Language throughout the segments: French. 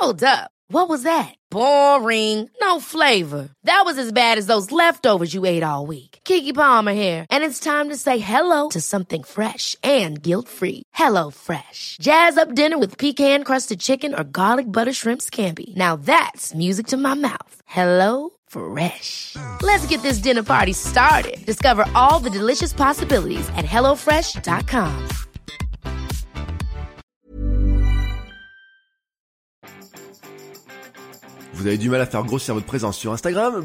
Hold up. What was that? Boring. No flavor. That was as bad as those leftovers you ate all week. Keke Palmer here. And it's time to say hello to something fresh and guilt-free. Hello Fresh. Jazz up dinner with pecan-crusted chicken or garlic butter shrimp scampi. Now that's music to my mouth. Hello Fresh. Let's get this dinner party started. Discover all the delicious possibilities at hellofresh.com. Vous avez du mal à faire grossir votre présence sur Instagram?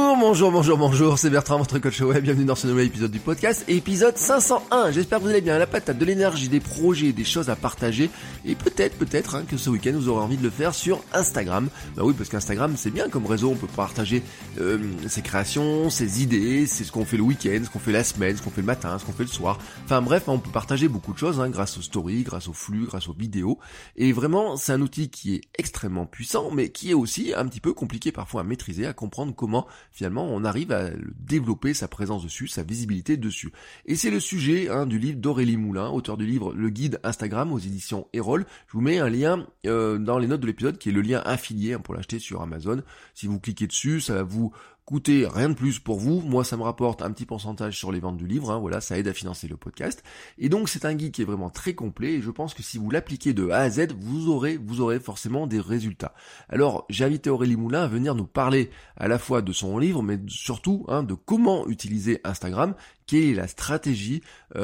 Bonjour, c'est Bertrand, votre coach web, bienvenue dans ce nouvel épisode du podcast, épisode 501. J'espère que vous allez bien, la patate, de l'énergie, des projets, des choses à partager, et peut-être que ce week-end vous aurez envie de le faire sur Instagram. Bah oui, parce qu'Instagram c'est bien comme réseau, on peut partager ses créations, ses idées, c'est ce qu'on fait le week-end, ce qu'on fait la semaine, ce qu'on fait le matin, ce qu'on fait le soir, enfin bref, on peut partager beaucoup de choses grâce aux stories, grâce aux flux, grâce aux vidéos, et vraiment c'est un outil qui est extrêmement puissant, mais qui est aussi un petit peu compliqué parfois à maîtriser, à comprendre comment finalement on arrive à développer sa présence dessus, sa visibilité dessus. Et c'est le sujet du livre d'Aurélie Moulin, auteur du livre Le Guide Instagram aux éditions Erol. Je vous mets un lien dans les notes de l'épisode qui est le lien affilié pour l'acheter sur Amazon. Si vous cliquez dessus, ça va vous coûter rien de plus pour vous. Moi, ça me rapporte un petit pourcentage sur les ventes du livre. Voilà, ça aide à financer le podcast. Et donc, c'est un guide qui est vraiment très complet. Et je pense que si vous l'appliquez de A à Z, vous aurez forcément des résultats. Alors, j'ai invité Aurélie Moulin à venir nous parler à la fois de son livre, mais surtout de comment utiliser Instagram. Quelle est la stratégie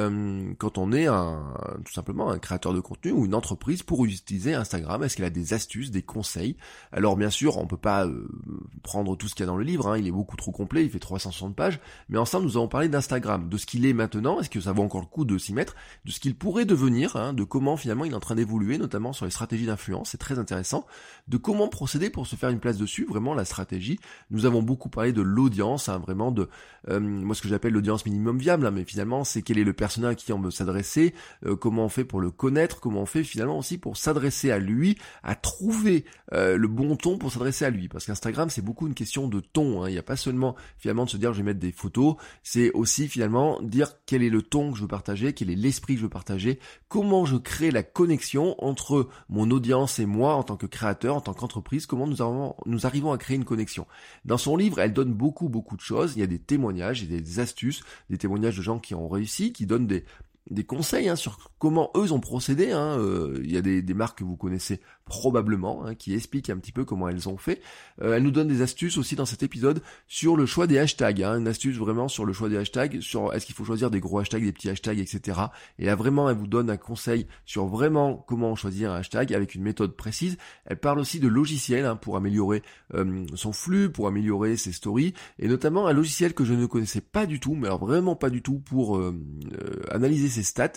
quand on est tout simplement un créateur de contenu ou une entreprise pour utiliser Instagram? Est-ce qu'elle a des astuces, des conseils? Alors bien sûr, on peut pas prendre tout ce qu'il y a dans le livre, il est beaucoup trop complet, il fait 360 pages, mais ensemble nous allons parler d'Instagram, de ce qu'il est maintenant, est-ce que ça vaut encore le coup de s'y mettre, de ce qu'il pourrait devenir, de comment finalement il est en train d'évoluer, notamment sur les stratégies d'influence, c'est très intéressant, de comment procéder pour se faire une place dessus, vraiment la stratégie. Nous avons beaucoup parlé de l'audience, vraiment de moi ce que j'appelle l'audience minimum viable, mais finalement c'est quel est le persona à qui on veut s'adresser, comment on fait pour le connaître, comment on fait finalement aussi pour s'adresser à lui, à trouver le bon ton pour s'adresser à lui, parce qu'Instagram c'est beaucoup une question de ton, il n'y a pas seulement finalement de se dire je vais mettre des photos, c'est aussi finalement dire quel est le ton que je veux partager, quel est l'esprit que je veux partager, comment je crée la connexion entre mon audience et moi en tant que créateur, en tant qu'entreprise, comment nous arrivons à créer une connexion. Dans son livre, elle donne beaucoup de choses, il y a des témoignages, il y a des astuces, des témoignages de gens qui ont réussi, qui donnent des conseils sur comment eux ont procédé. Il y a des marques que vous connaissez probablement, qui expliquent un petit peu comment elles ont fait. Elle nous donne des astuces aussi dans cet épisode sur le choix des hashtags, une astuce vraiment sur le choix des hashtags, sur est-ce qu'il faut choisir des gros hashtags, des petits hashtags, etc. Et là vraiment elle vous donne un conseil sur vraiment comment choisir un hashtag avec une méthode précise. Elle parle aussi de logiciels pour améliorer son flux, pour améliorer ses stories, et notamment un logiciel que je ne connaissais pas du tout, mais alors vraiment pas du tout, pour analyser ses stats.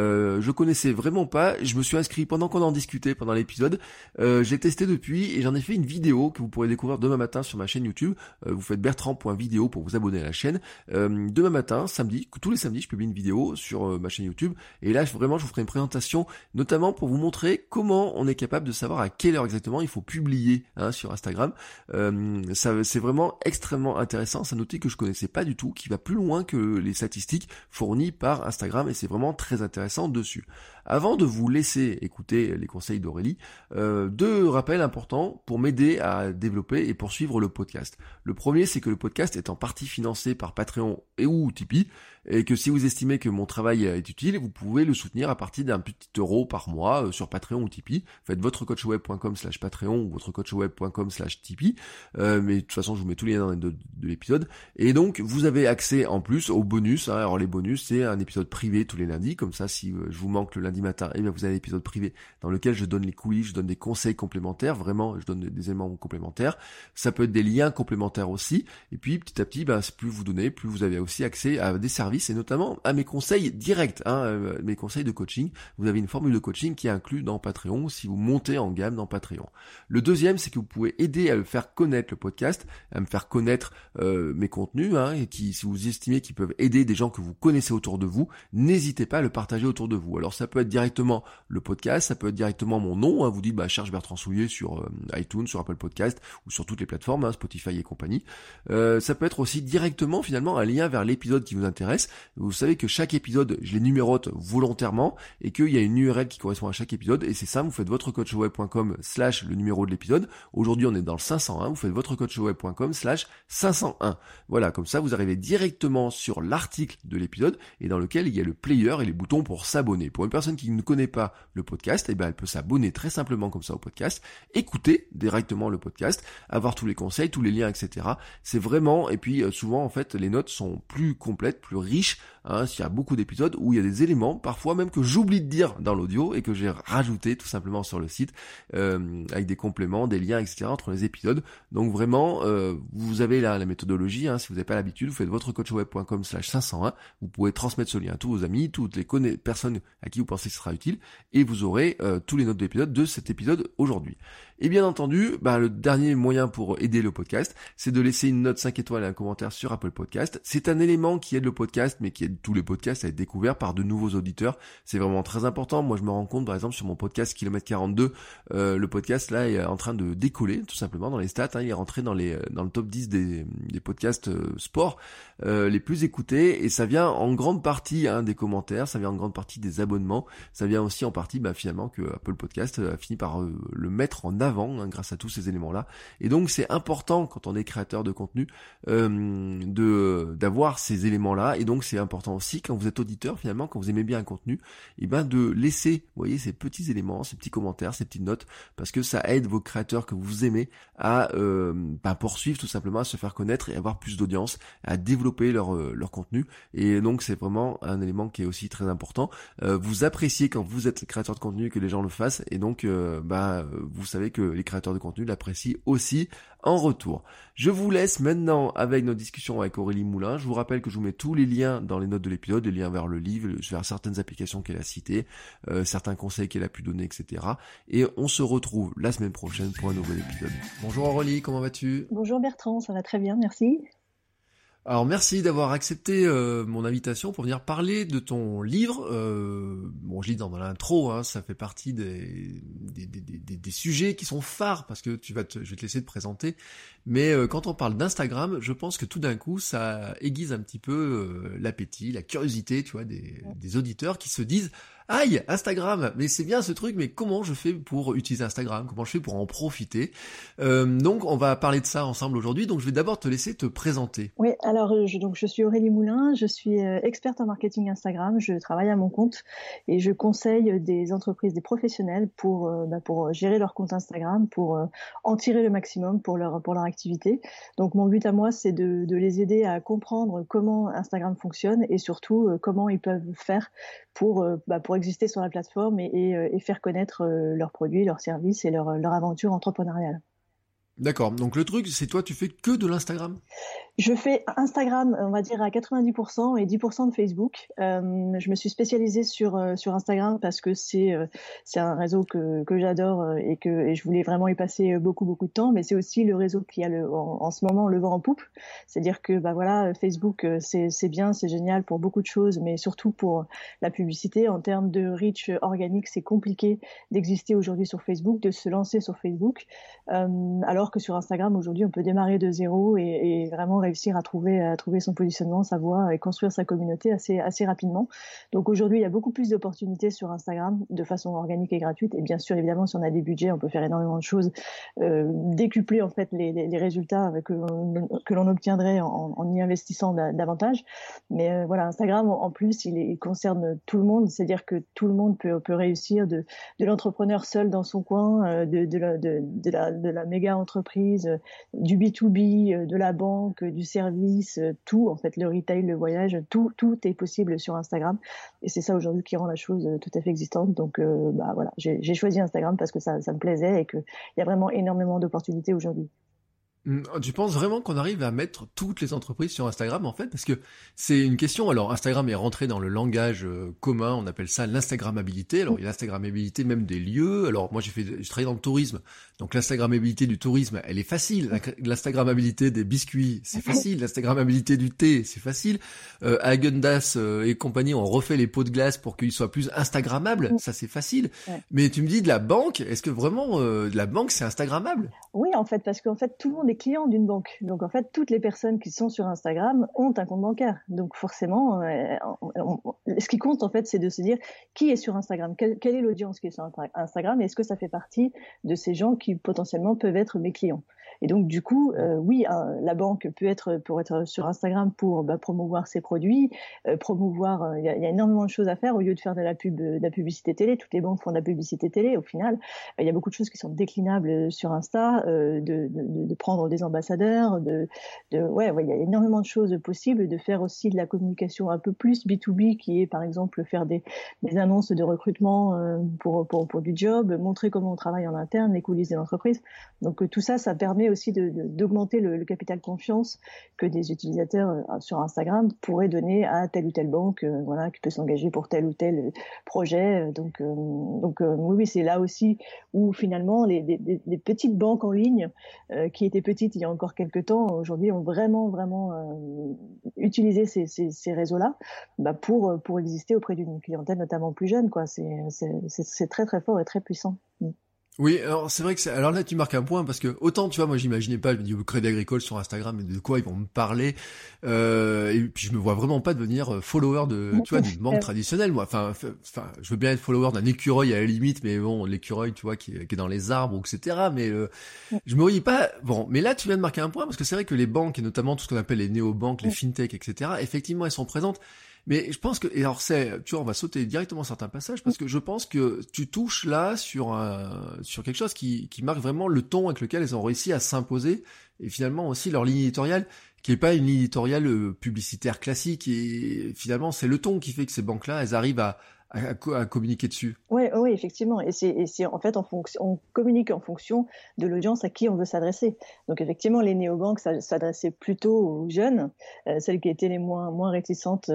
Je connaissais vraiment pas, je me suis inscrit pendant qu'on en discutait pendant l'épisode. J'ai testé depuis et j'en ai fait une vidéo que vous pourrez découvrir demain matin sur ma chaîne YouTube. Vous faites bertrand.video pour vous abonner à la chaîne. Demain matin, samedi, tous les samedis, je publie une vidéo sur ma chaîne YouTube. Et là, vraiment, je vous ferai une présentation, notamment pour vous montrer comment on est capable de savoir à quelle heure exactement il faut publier sur Instagram. C'est vraiment extrêmement intéressant. C'est un outil que je connaissais pas du tout, qui va plus loin que les statistiques fournies par Instagram, et c'est vraiment très intéressant dessus. Avant de vous laisser écouter les conseils d'Aurélie, 2 rappels importants pour m'aider à développer et poursuivre le podcast. Le premier, c'est que le podcast est en partie financé par Patreon et ou Tipeee, et que si vous estimez que mon travail est utile, vous pouvez le soutenir à partir d'un petit euro par mois sur Patreon ou Tipeee. Faites votrecoachweb.com/Patreon ou votrecoachweb.com/Tipeee. Mais de toute façon, je vous mets tous les liens dans les notes de l'épisode. Et donc, vous avez accès en plus aux bonus. Alors les bonus, c'est un épisode privé tous les lundis. Comme ça, si je vous manque le lundi matin, bien vous avez un épisode privé dans lequel je donne les coulisses, je donne des conseils complémentaires. Vraiment, je donne des éléments complémentaires. Ça peut être des liens complémentaires aussi. Et puis, petit à petit, plus vous donnez, plus vous avez aussi accès à des services, et notamment à mes conseils directs, mes conseils de coaching. Vous avez une formule de coaching qui est inclue dans Patreon si vous montez en gamme dans Patreon. Le deuxième, c'est que vous pouvez aider à le faire connaître, le podcast, à me faire connaître mes contenus, et si vous estimez qu'ils peuvent aider des gens que vous connaissez autour de vous, n'hésitez pas à le partager autour de vous. Alors ça peut être directement le podcast, ça peut être directement mon nom, hein, vous dites cherche Bertrand Soulier sur iTunes, sur Apple Podcast ou sur toutes les plateformes, hein, Spotify et compagnie. Ça peut être aussi directement finalement un lien vers l'épisode qui vous intéresse. Vous savez que chaque épisode, je les numérote volontairement et qu'il y a une URL qui correspond à chaque épisode, et c'est simple, vous faites votrecoachweb.com / le numéro de l'épisode. Aujourd'hui on est dans le 501, vous faites votrecoachweb.com / 501. Voilà, comme ça vous arrivez directement sur l'article de l'épisode et dans lequel il y a le player et les boutons pour s'abonner. Pour une personne qui ne connaît pas le podcast, elle peut s'abonner très simplement comme ça au podcast, écouter directement le podcast, avoir tous les conseils, tous les liens, etc. C'est vraiment, et puis souvent en fait les notes sont plus complètes, plus riches, hein, s'il y a beaucoup d'épisodes où il y a des éléments, parfois même que j'oublie de dire dans l'audio et que j'ai rajouté tout simplement sur le site, avec des compléments, des liens, etc. entre les épisodes. Donc vraiment, vous avez la méthodologie, hein, si vous n'avez pas l'habitude, vous faites votrecoachweb.com / 501, vous pouvez transmettre ce lien à tous vos amis, toutes les personnes à qui vous pensez que ce sera utile, et vous aurez tous les notes d'épisode de cet épisode aujourd'hui. Et bien entendu, le dernier moyen pour aider le podcast, c'est de laisser une note 5 étoiles et un commentaire sur Apple Podcast. C'est un élément qui aide le podcast, mais qui aide tous les podcasts à être découverts par de nouveaux auditeurs. C'est vraiment très important. Moi, je me rends compte, par exemple, sur mon podcast Kilomètre 42, le podcast là est en train de décoller, tout simplement, dans les stats. Hein, il est rentré dans le top 10 des podcasts sport les plus écoutés, et ça vient en grande partie des commentaires, ça vient en grande partie des abonnements, ça vient aussi en partie finalement que Apple Podcast a fini par le mettre en avant, grâce à tous ces éléments-là. Et donc c'est important quand on est créateur de contenu d'avoir ces éléments-là, et donc c'est important aussi quand vous êtes auditeur, finalement, quand vous aimez bien un contenu, de laisser, vous voyez, ces petits éléments, ces petits commentaires, ces petites notes, parce que ça aide vos créateurs que vous aimez à poursuivre tout simplement, à se faire connaître et avoir plus d'audience, à développer leur contenu. Et donc c'est vraiment un élément qui est aussi très important. Vous appréciez quand vous êtes créateur de contenu que les gens le fassent, et donc vous savez que les créateurs de contenu l'apprécient aussi en retour. Je vous laisse maintenant avec notre discussion avec Aurélie Moulin. Je vous rappelle que je vous mets tous les liens dans les notes de l'épisode, les liens vers le livre, vers certaines applications qu'elle a citées, certains conseils qu'elle a pu donner, etc. Et on se retrouve la semaine prochaine pour un nouvel épisode. Bonjour Aurélie, comment vas-tu ? Bonjour Bertrand, ça va très bien, merci. Alors merci d'avoir accepté mon invitation pour venir parler de ton livre. Je lis dans l'intro, hein, ça fait partie des sujets qui sont phares, parce que je vais te laisser te présenter. Mais quand on parle d'Instagram, je pense que tout d'un coup, ça aiguise un petit peu l'appétit, la curiosité, tu vois, des auditeurs qui se disent « Aïe, Instagram, mais c'est bien ce truc, mais comment je fais pour utiliser Instagram ? Comment je fais pour en profiter ?» Donc on va parler de ça ensemble aujourd'hui, donc je vais d'abord te laisser te présenter. Oui, alors je suis Aurélie Moulin, je suis experte en marketing Instagram, je travaille à mon compte et je conseille des entreprises, des professionnels pour gérer leur compte Instagram, pour en tirer le maximum pour leur activité. Donc mon but à moi, c'est de les aider à comprendre comment Instagram fonctionne et surtout comment ils peuvent faire pour exister sur la plateforme et faire connaître leurs produits, leurs services et leur aventure entrepreneuriale. D'accord, donc le truc, c'est toi, tu fais que de l'Instagram ? Je fais Instagram, on va dire à 90% et 10% de Facebook. Je me suis spécialisée sur Instagram parce que c'est un réseau que j'adore et je voulais vraiment y passer beaucoup de temps. Mais c'est aussi le réseau qui a en ce moment le vent en poupe. C'est-à-dire que Facebook c'est bien, c'est génial pour beaucoup de choses, mais surtout pour la publicité. En termes de reach organique, c'est compliqué d'exister aujourd'hui sur Facebook, de se lancer sur Facebook. Alors que sur Instagram aujourd'hui, on peut démarrer de zéro et vraiment réussir à trouver son positionnement, sa voix et construire sa communauté assez rapidement. Donc aujourd'hui, il y a beaucoup plus d'opportunités sur Instagram de façon organique et gratuite. Et bien sûr, évidemment, si on a des budgets, on peut faire énormément de choses, décupler en fait les résultats que l'on obtiendrait en y investissant davantage. Mais voilà, Instagram en plus, il concerne tout le monde, c'est-à-dire que tout le monde peut réussir, de l'entrepreneur seul dans son coin, de la méga entreprise, du B2B, de la banque, du service, tout, en fait, le retail, le voyage, tout est possible sur Instagram. Et c'est ça aujourd'hui qui rend la chose tout à fait existante. Donc, voilà, j'ai choisi Instagram parce que ça me plaisait et qu'il y a vraiment énormément d'opportunités aujourd'hui. Tu penses vraiment qu'on arrive à mettre toutes les entreprises sur Instagram en fait? Parce que c'est une question, alors Instagram est rentré dans le langage commun, on appelle ça l'instagrammabilité. Alors il y a l'instagrammabilité même des lieux. Alors moi je travaille dans le tourisme, donc l'instagrammabilité du tourisme, elle est facile. L'instagrammabilité des biscuits, c'est facile. L'instagrammabilité du thé, c'est facile. Häagen-Dazs et compagnie ont refait les pots de glace pour qu'ils soient plus instagrammables, ça c'est facile. Ouais. Mais tu me dis de la banque, est-ce que vraiment de la banque c'est instagrammable? Oui, en fait, parce qu'en fait, tout le monde est client d'une banque. Donc, en fait, toutes les personnes qui sont sur Instagram ont un compte bancaire. Donc, forcément, ce qui compte, en fait, c'est de se dire qui est sur Instagram, quelle est l'audience qui est sur Instagram, et est-ce que ça fait partie de ces gens qui potentiellement peuvent être mes clients. Et donc, du coup, oui, la banque peut être sur Instagram pour promouvoir ses produits, promouvoir. Il y a énormément de choses à faire au lieu de faire de la publicité télé. Toutes les banques font de la publicité télé. Au final, il y a beaucoup de choses qui sont déclinables sur Insta. De prendre des ambassadeurs, il y a énormément de choses possibles, de faire aussi de la communication un peu plus B2B, qui est par exemple faire des annonces de recrutement pour du job, montrer comment on travaille en interne, les coulisses de l'entreprise. Donc tout ça, ça permet aussi d'augmenter le capital confiance que des utilisateurs sur Instagram pourraient donner à telle ou telle banque, qui peut s'engager pour tel ou tel projet. Donc oui, c'est là aussi où finalement les petites banques en ligne qui étaient petites il y a encore quelques temps, aujourd'hui ont vraiment utilisé ces réseaux-là pour exister auprès d'une clientèle notamment plus jeune, quoi. C'est très très fort et très puissant. Oui, alors c'est vrai que alors là tu marques un point parce que autant tu vois moi j'imaginais pas, je me dis au Crédit Agricole sur Instagram mais de quoi ils vont me parler et puis je me vois vraiment pas devenir follower d'une banque traditionnelle moi. Enfin je veux bien être follower d'un écureuil à la limite, mais bon l'écureuil tu vois qui est dans les arbres ou etc. Mais je me voyais pas. Bon, mais là tu viens de marquer un point parce que c'est vrai que les banques et notamment tout ce qu'on appelle les néobanques, les fintech etc. Effectivement elles sont présentes. Mais je pense que, et alors tu vois, on va sauter directement certains passages parce que je pense que tu touches là sur quelque chose qui marque vraiment le ton avec lequel elles ont réussi à s'imposer et finalement aussi leur ligne éditoriale qui est pas une ligne éditoriale publicitaire classique et finalement c'est le ton qui fait que ces banques-là, elles arrivent à communiquer dessus. Oui, effectivement. Et c'est en fait on communique en fonction de l'audience à qui on veut s'adresser. Donc effectivement, les néobanques s'adressaient plutôt aux jeunes, celles qui étaient les moins réticentes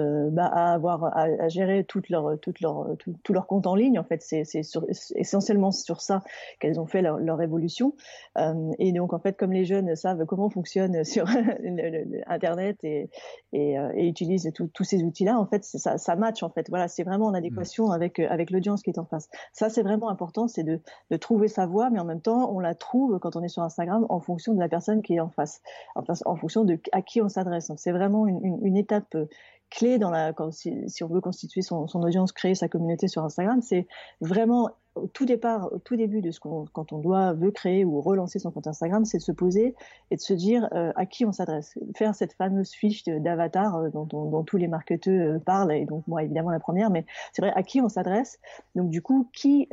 à gérer tout leur compte en ligne. En fait, c'est essentiellement sur ça qu'elles ont fait leur évolution. Et donc en fait, comme les jeunes savent comment fonctionne sur Internet et utilisent tous ces outils-là, en fait, ça match. En fait, voilà, c'est vraiment en adéquation avec l'audience qui est en face. Ça, c'est vraiment important, c'est de trouver sa voix, mais en même temps, on la trouve quand on est sur Instagram en fonction de la personne qui est en face, en fonction de à qui on s'adresse. Donc, c'est vraiment une étape clé si on veut constituer son audience, créer sa communauté sur Instagram. C'est vraiment au tout début quand on veut créer ou relancer son compte Instagram, c'est de se poser et de se dire à qui on s'adresse. Faire cette fameuse fiche d'avatar dont tous les marketeurs parlent, et donc moi évidemment la première, mais c'est vrai à qui on s'adresse. Donc du coup,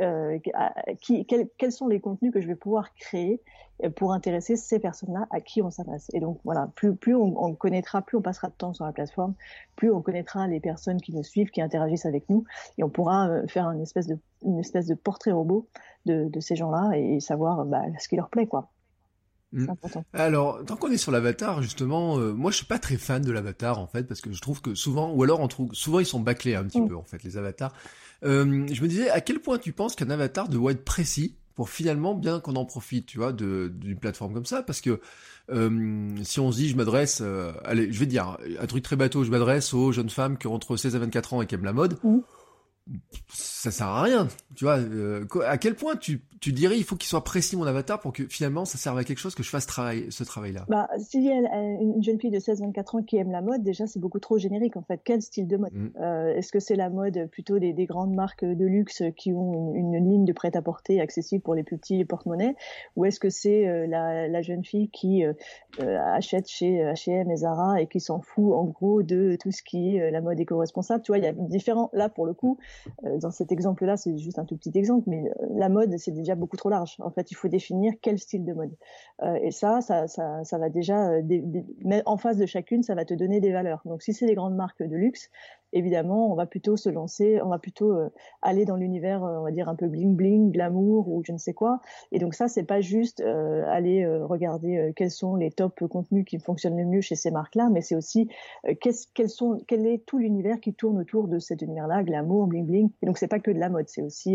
quels sont les contenus que je vais pouvoir créer pour intéresser ces personnes-là à qui on s'adresse. Et donc voilà, plus on connaîtra, plus on passera de temps sur la plateforme, plus on connaîtra les personnes qui nous suivent, qui interagissent avec nous, et on pourra faire une espèce de portrait robot de ces gens-là et savoir ce qui leur plaît, quoi. C'est important. Alors, tant qu'on est sur l'avatar, justement, moi je suis pas très fan de l'avatar en fait, parce que je trouve que souvent, ou alors souvent ils sont bâclés un petit peu en fait, les avatars. Je me disais, à quel point tu penses qu'un avatar doit être précis pour finalement bien qu'on en profite, tu vois, d'une plateforme comme ça, parce que si on se dit, je m'adresse, allez, je vais te dire un truc très bateau, je m'adresse aux jeunes femmes qui ont entre 16 et 24 ans et qui aiment la mode. Ça sert à rien, tu vois. À quel point tu dirais il faut qu'il soit précis mon avatar pour que finalement ça serve à quelque chose, que je fasse ce travail-là. S'il y a une jeune fille de 16-24 ans qui aime la mode, déjà c'est beaucoup trop générique en fait. Quel style de mode Est-ce que c'est la mode plutôt des grandes marques de luxe qui ont une ligne de prêt-à-porter accessible pour les plus petits porte-monnaies, ou est-ce que c'est la jeune fille qui achète chez H&M et Zara et qui s'en fout en gros de tout ce qui est la mode éco-responsable? Tu vois, il y a différents, là pour le coup, dans cet exemple-là, c'est juste un tout petit exemple, mais la mode, c'est déjà beaucoup trop large. En fait, il faut définir quel style de mode. Et ça va déjà, en face de chacune, ça va te donner des valeurs. Donc, si c'est des grandes marques de luxe, évidemment, on va plutôt aller dans l'univers, on va dire un peu bling bling, glamour ou je ne sais quoi. Et donc ça, c'est pas juste aller regarder quels sont les top contenus qui fonctionnent le mieux chez ces marques-là, mais c'est aussi quel est tout l'univers qui tourne autour de cet univers-là, glamour, bling bling. Et donc c'est pas que de la mode, c'est aussi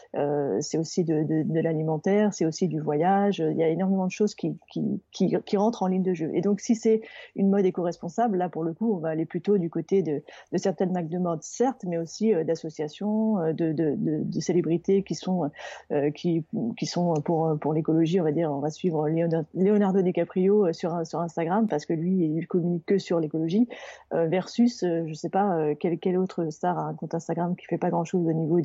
de l'alimentaire, c'est aussi du voyage. Il y a énormément de choses qui rentrent en ligne de jeu. Et donc si c'est une mode éco-responsable, là pour le coup, on va aller plutôt du côté de certaines marques de mode, certes, mais aussi d'associations, de célébrités qui sont pour l'écologie, on va dire. On va suivre Leonardo DiCaprio sur Instagram parce que lui, il communique que sur l'écologie, versus, je sais pas, quel autre star a un compte Instagram qui fait pas grand-chose au niveau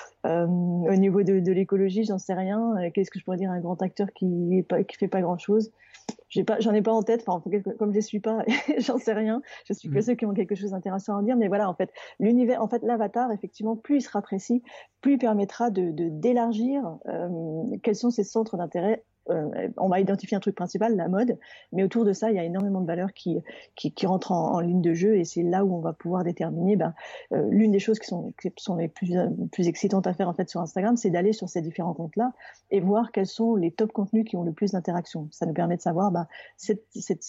de l'écologie, j'en sais rien. Qu'est-ce que je pourrais dire, un grand acteur qui fait pas grand-chose? J'en ai pas en tête. Enfin, comme je les suis pas, j'en sais rien. Je suis que ceux qui ont quelque chose d'intéressant à dire. Mais voilà, en fait, l'avatar, effectivement, plus il sera précis, plus il permettra d'élargir quels sont ses centres d'intérêt. On va identifier un truc principal, la mode, mais autour de ça, il y a énormément de valeurs qui rentrent en ligne de jeu, et c'est là où on va pouvoir déterminer. L'une des choses qui sont les plus excitantes à faire en fait sur Instagram, c'est d'aller sur ces différents comptes-là et voir quels sont les top contenus qui ont le plus d'interaction. Ça nous permet de savoir ces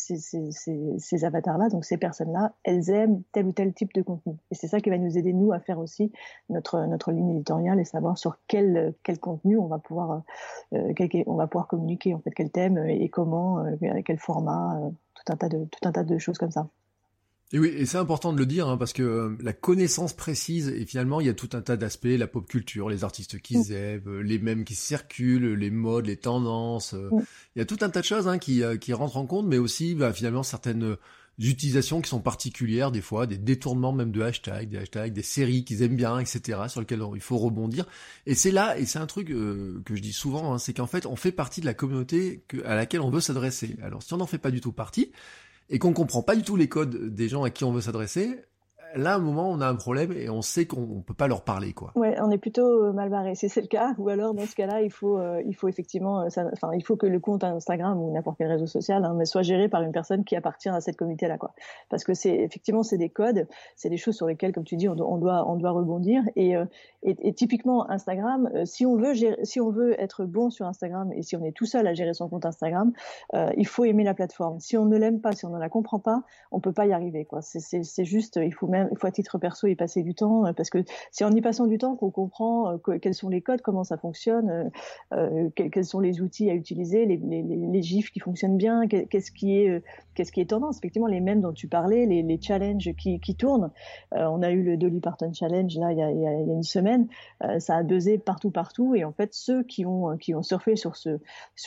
avatars-là, donc ces personnes-là, elles aiment tel ou tel type de contenu, et c'est ça qui va nous aider nous à faire aussi notre ligne éditoriale et savoir sur quel contenu on va pouvoir communiquer, en fait, quel thème et comment, quel format, tout un tas de choses comme ça. Et oui, et c'est important de le dire, parce que la connaissance précise, et finalement, il y a tout un tas d'aspects, la pop culture, les artistes qui aiment, les mèmes qui circulent, les modes, les tendances, il y a tout un tas de choses qui rentrent en compte, mais aussi, finalement, certaines utilisations qui sont particulières, des fois, des détournements même de hashtags, des séries qu'ils aiment bien, etc., sur lesquelles il faut rebondir. Et c'est là, et c'est un truc que je dis souvent, c'est qu'en fait, on fait partie de la communauté à laquelle on veut s'adresser. Alors, si on n'en fait pas du tout partie, et qu'on comprend pas du tout les codes des gens à qui on veut s'adresser, là, à un moment, on a un problème et on sait qu'on peut pas leur parler, quoi. Ouais, on est plutôt mal barré, si c'est le cas. Ou alors, dans ce cas-là, il faut effectivement, il faut que le compte Instagram ou n'importe quel réseau social, mais soit géré par une personne qui appartient à cette communauté-là, quoi. Parce que c'est des codes, c'est des choses sur lesquelles, comme tu dis, on doit rebondir. Et typiquement, Instagram, si on veut être bon sur Instagram et si on est tout seul à gérer son compte Instagram, il faut aimer la plateforme. Si on ne l'aime pas, si on ne la comprend pas, on peut pas y arriver, quoi. C'est juste, il faut à titre perso y passer du temps, parce que c'est en y passant du temps qu'on comprend quels sont les codes, comment ça fonctionne, quels sont les outils à utiliser, les gifs qui fonctionnent bien, qu'est-ce qui est tendance. Effectivement, les mèmes dont tu parlais, les challenges qui tournent. On a eu le Dolly Parton Challenge là il y a une semaine, ça a buzzé partout, et en fait ceux qui ont surfé sur ce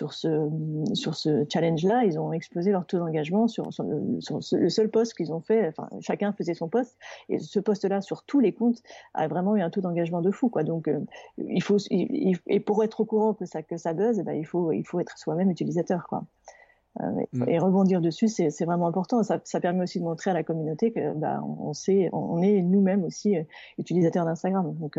challenge là, ils ont explosé leur taux d'engagement sur le seul post qu'ils ont fait. Enfin, chacun faisait son post, et ce post-là sur tous les comptes a vraiment eu un taux d'engagement de fou, quoi. Donc et pour être au courant que ça buzz, il faut être soi-même utilisateur, quoi. Et rebondir dessus, c'est vraiment important. Ça permet aussi de montrer à la communauté que on est nous-mêmes aussi utilisateurs d'Instagram. Donc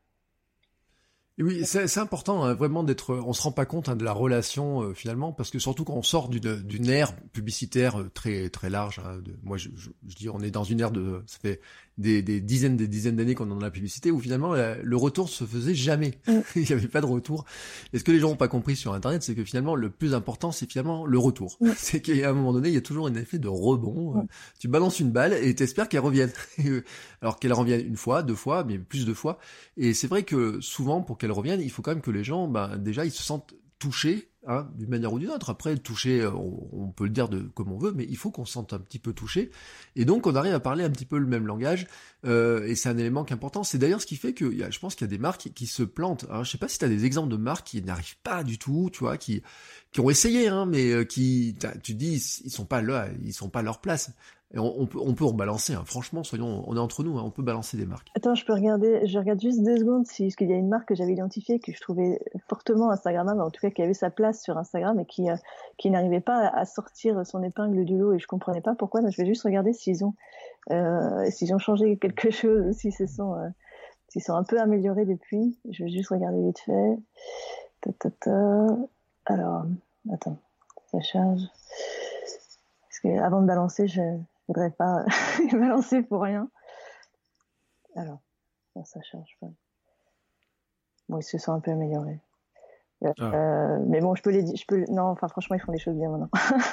Et oui, c'est important, vraiment d'être. On se rend pas compte de la relation finalement, parce que surtout quand on sort d'une ère publicitaire très très large. Moi, je dis, on est dans une ère ça fait des dizaines d'années qu'on est dans la publicité, où finalement le retour se faisait jamais. Il n'y avait pas de retour. Et ce que les gens n'ont pas compris sur Internet, c'est que finalement le plus important, c'est finalement le retour. C'est qu'à un moment donné, il y a toujours un effet de rebond. Tu balances une balle et t'espères qu'elle revienne. Alors qu'elle revienne une fois, deux fois, mais plus de fois. Et c'est vrai que souvent, pour qu'elle revienne, il faut quand même que les gens, déjà, ils se sentent touchés, d'une manière ou d'une autre. Après, touché, on peut le dire comme on veut, mais il faut qu'on se sente un petit peu touché. Et donc, on arrive à parler un petit peu le même langage. Et c'est un élément qui est important. C'est d'ailleurs ce qui fait que je pense qu'il y a des marques qui se plantent. Alors, je sais pas si tu as des exemples de marques qui n'arrivent pas du tout, tu vois, qui ont essayé, mais tu dis, ils sont pas là, ils sont pas à leur place. Et on peut rebalancer, franchement, on est entre nous, on peut balancer des marques. Attends, je regarde juste 2 secondes, parce qu'il y a une marque que j'avais identifiée, que je trouvais fortement Instagrammable, en tout cas qui avait sa place sur Instagram et qui n'arrivait pas à sortir son épingle du lot, et je comprenais pas pourquoi. Donc je vais juste regarder s'ils ont changé quelque chose, s'ils sont un peu améliorés depuis. Je vais juste regarder vite fait. Alors, attends, ça charge. Parce que avant de balancer, je voudrais pas balancer pour rien. Alors, ça charge pas. Bon, ils se sont un peu améliorés. Mais bon, non, enfin, franchement, ils font les choses bien maintenant.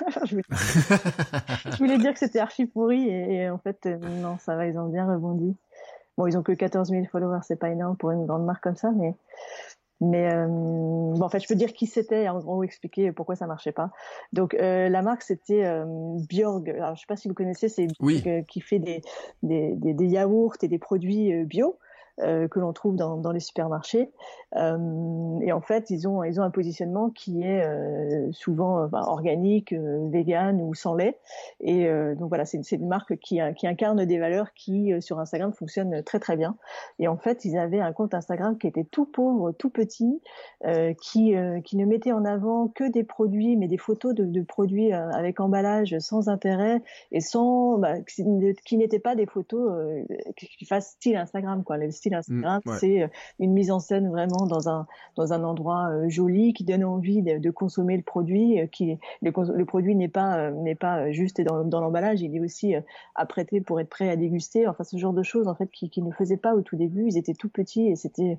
Je voulais dire que c'était archi pourri et en fait, non, ça va, ils ont bien rebondi. Bon, ils ont que 14 000 followers, c'est pas énorme pour une grande marque comme ça, mais bon, en fait, je peux dire qui c'était et en gros expliquer pourquoi ça marchait pas. Donc, la marque, c'était Björg. Alors, je sais pas si vous connaissez, c'est Björg qui fait des yaourts et des produits bio. Que l'on trouve dans les supermarchés. Et en fait, ils ont un positionnement qui est souvent organique, vegan ou sans lait. Et donc voilà, c'est une marque qui incarne des valeurs qui, sur Instagram, fonctionnent très très bien. Et en fait, ils avaient un compte Instagram qui était tout pauvre, tout petit, qui ne mettait en avant que des produits, mais des photos de produits avec emballage sans intérêt et qui n'étaient pas des photos qui fassent style Instagram, quoi. Le style Instagram, c'est une mise en scène vraiment dans un endroit joli qui donne envie de consommer le produit. Le produit n'est pas juste dans l'emballage, il est aussi apprêté pour être prêt à déguster. Enfin, ce genre de choses en fait qui ne faisaient pas au tout début. Ils étaient tout petits et c'était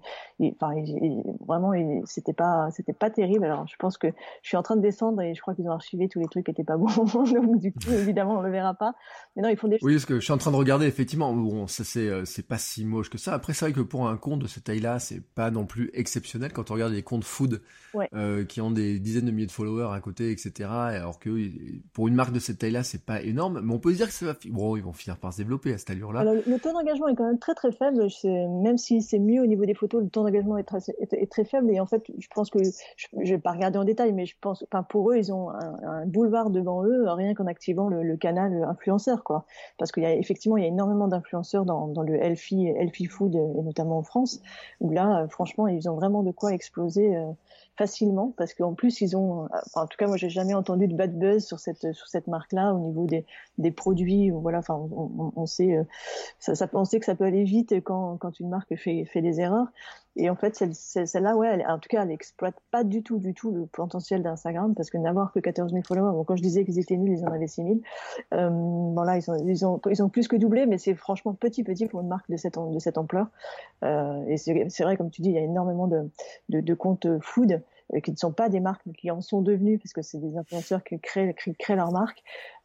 pas terrible. Alors, je pense que je suis en train de descendre et je crois qu'ils ont archivé tous les trucs qui étaient pas bons. Donc du coup, évidemment, on le verra pas. Mais non, ils font des Oui, parce que je suis en train de regarder, effectivement, bon, ça c'est pas si moche que ça. Après, c'est vrai que pour un compte de cette taille-là, c'est pas non plus exceptionnel quand on regarde les comptes food qui ont des dizaines de milliers de followers à côté, etc. Alors que pour une marque de cette taille-là, c'est pas énorme, mais on peut se dire que ils vont finir par se développer à cette allure-là. Alors, le taux d'engagement est quand même très très faible. Même si c'est mieux au niveau des photos, le taux d'engagement est très faible. Et en fait, je pense que je vais pas regarder en détail, mais je pense, enfin pour eux, ils ont un boulevard devant eux, rien qu'en activant le canal influenceur, quoi. Parce qu'il y a effectivement énormément d'influenceurs dans le healthy food et notamment en France, où là, franchement, ils ont vraiment de quoi exploser facilement, parce qu'en plus en tout cas, moi, j'ai jamais entendu de bad buzz sur cette marque-là au niveau des produits. Voilà, enfin, on sait on sait que ça peut aller vite quand une marque fait des erreurs. Et en fait, celle-là, en tout cas, elle exploite pas du tout le potentiel d'Instagram, parce que n'avoir que 14 000 followers, bon, quand je disais qu'ils étaient nuls, ils en avaient 6 000. Bon, là, ils ont plus que doublé, mais c'est franchement petit pour une marque de cette ampleur. Et c'est vrai, comme tu dis, il y a énormément de comptes food qui ne sont pas des marques, mais qui en sont devenus, parce que c'est des influenceurs qui créent leur marque.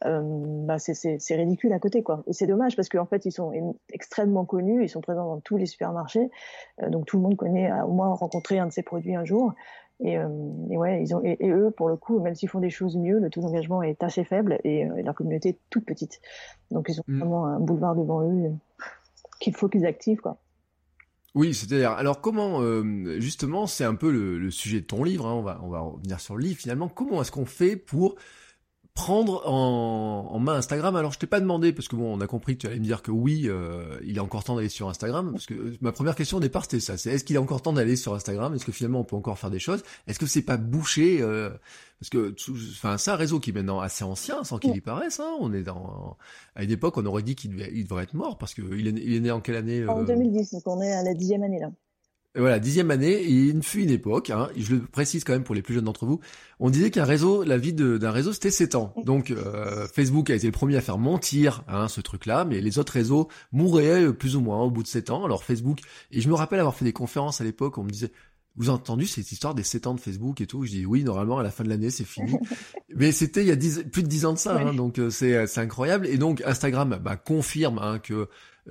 C'est ridicule à côté, quoi. Et c'est dommage, parce qu'en fait, ils sont extrêmement connus, ils sont présents dans tous les supermarchés, donc tout le monde connaît, a au moins rencontré un de ces produits un jour. Et eux, pour le coup, même s'ils font des choses mieux, le taux d'engagement est assez faible et leur communauté est toute petite. Donc ils ont vraiment un boulevard devant eux qu'il faut qu'ils activent, quoi. Oui, c'est-à-dire, alors comment, justement, c'est un peu le sujet de ton livre, hein, on va revenir sur le livre finalement, comment est-ce qu'on fait pour prendre en main Instagram? Alors je t'ai pas demandé, parce que bon, on a compris que tu allais me dire que oui, il est encore temps d'aller sur Instagram, parce que ma première question au départ c'était ça, c'est est-ce qu'il est encore temps d'aller sur Instagram? Est-ce que finalement on peut encore faire des choses? Est-ce que c'est pas bouché parce que c'est un réseau qui est maintenant assez ancien, sans qu'il y paraisse, hein. On est à une époque, on aurait dit qu'il devrait être mort, parce que il est né en quelle année? En 2010, donc on est à la 10e année là. Voilà, 10e année, et il fut une époque, hein, je le précise quand même pour les plus jeunes d'entre vous, on disait la vie d'un réseau, c'était 7 ans. Donc Facebook a été le premier à faire mentir ce truc-là, mais les autres réseaux mouraient plus ou moins au bout de 7 ans. Alors Facebook, et je me rappelle avoir fait des conférences à l'époque, on me disait, vous avez entendu cette histoire des 7 ans de Facebook et tout? Je dis oui, normalement à la fin de l'année c'est fini. Mais c'était il y a plus de 10 ans de ça, hein, donc c'est incroyable. Et donc Instagram confirme que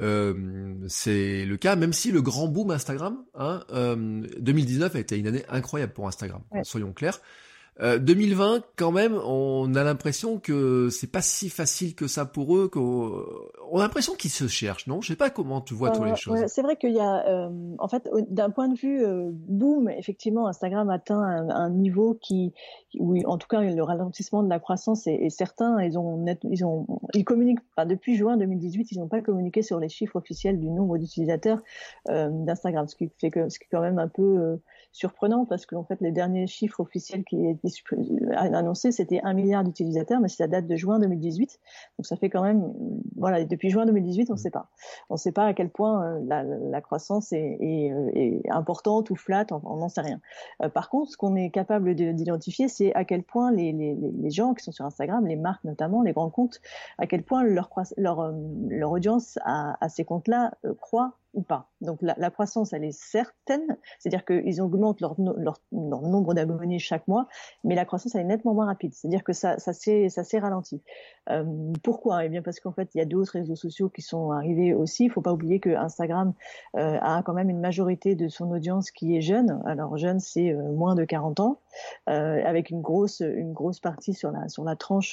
c'est le cas, même si le grand boom Instagram, 2019 a été une année incroyable pour Instagram, soyons clairs. 2020, quand même, on a l'impression que c'est pas si facile que ça pour eux, on a l'impression qu'ils se cherchent, non? Je sais pas comment tu vois toi les choses. C'est vrai qu'il y a, en fait, d'un point de vue boom, effectivement, Instagram atteint un niveau où, en tout cas, le ralentissement de la croissance est certain. Ils communiquent, depuis juin 2018, ils n'ont pas communiqué sur les chiffres officiels du nombre d'utilisateurs d'Instagram, ce qui est quand même un peu surprenant, parce qu'en fait, les derniers chiffres officiels qui étaient annoncés, c'était 1 milliard d'utilisateurs, mais ça date de juin 2018. Donc ça fait quand même, voilà, depuis juin 2018, on ne sait pas à quel point la croissance est importante ou flat, on n'en sait rien. Par contre, ce qu'on est capable d'identifier, c'est à quel point les gens qui sont sur Instagram, les marques notamment, les grands comptes, à quel point leur audience à ces comptes-là croît ou pas. Donc la croissance, elle est certaine, c'est-à-dire qu'ils augmentent leur nombre d'abonnés chaque mois, mais la croissance, elle est nettement moins rapide. C'est-à-dire que ça s'est ralenti. Pourquoi ? Eh bien parce qu'en fait, il y a d'autres réseaux sociaux qui sont arrivés aussi. Il faut pas oublier que Instagram a quand même une majorité de son audience qui est jeune. Alors jeune, c'est moins de 40 ans, avec une grosse partie sur la tranche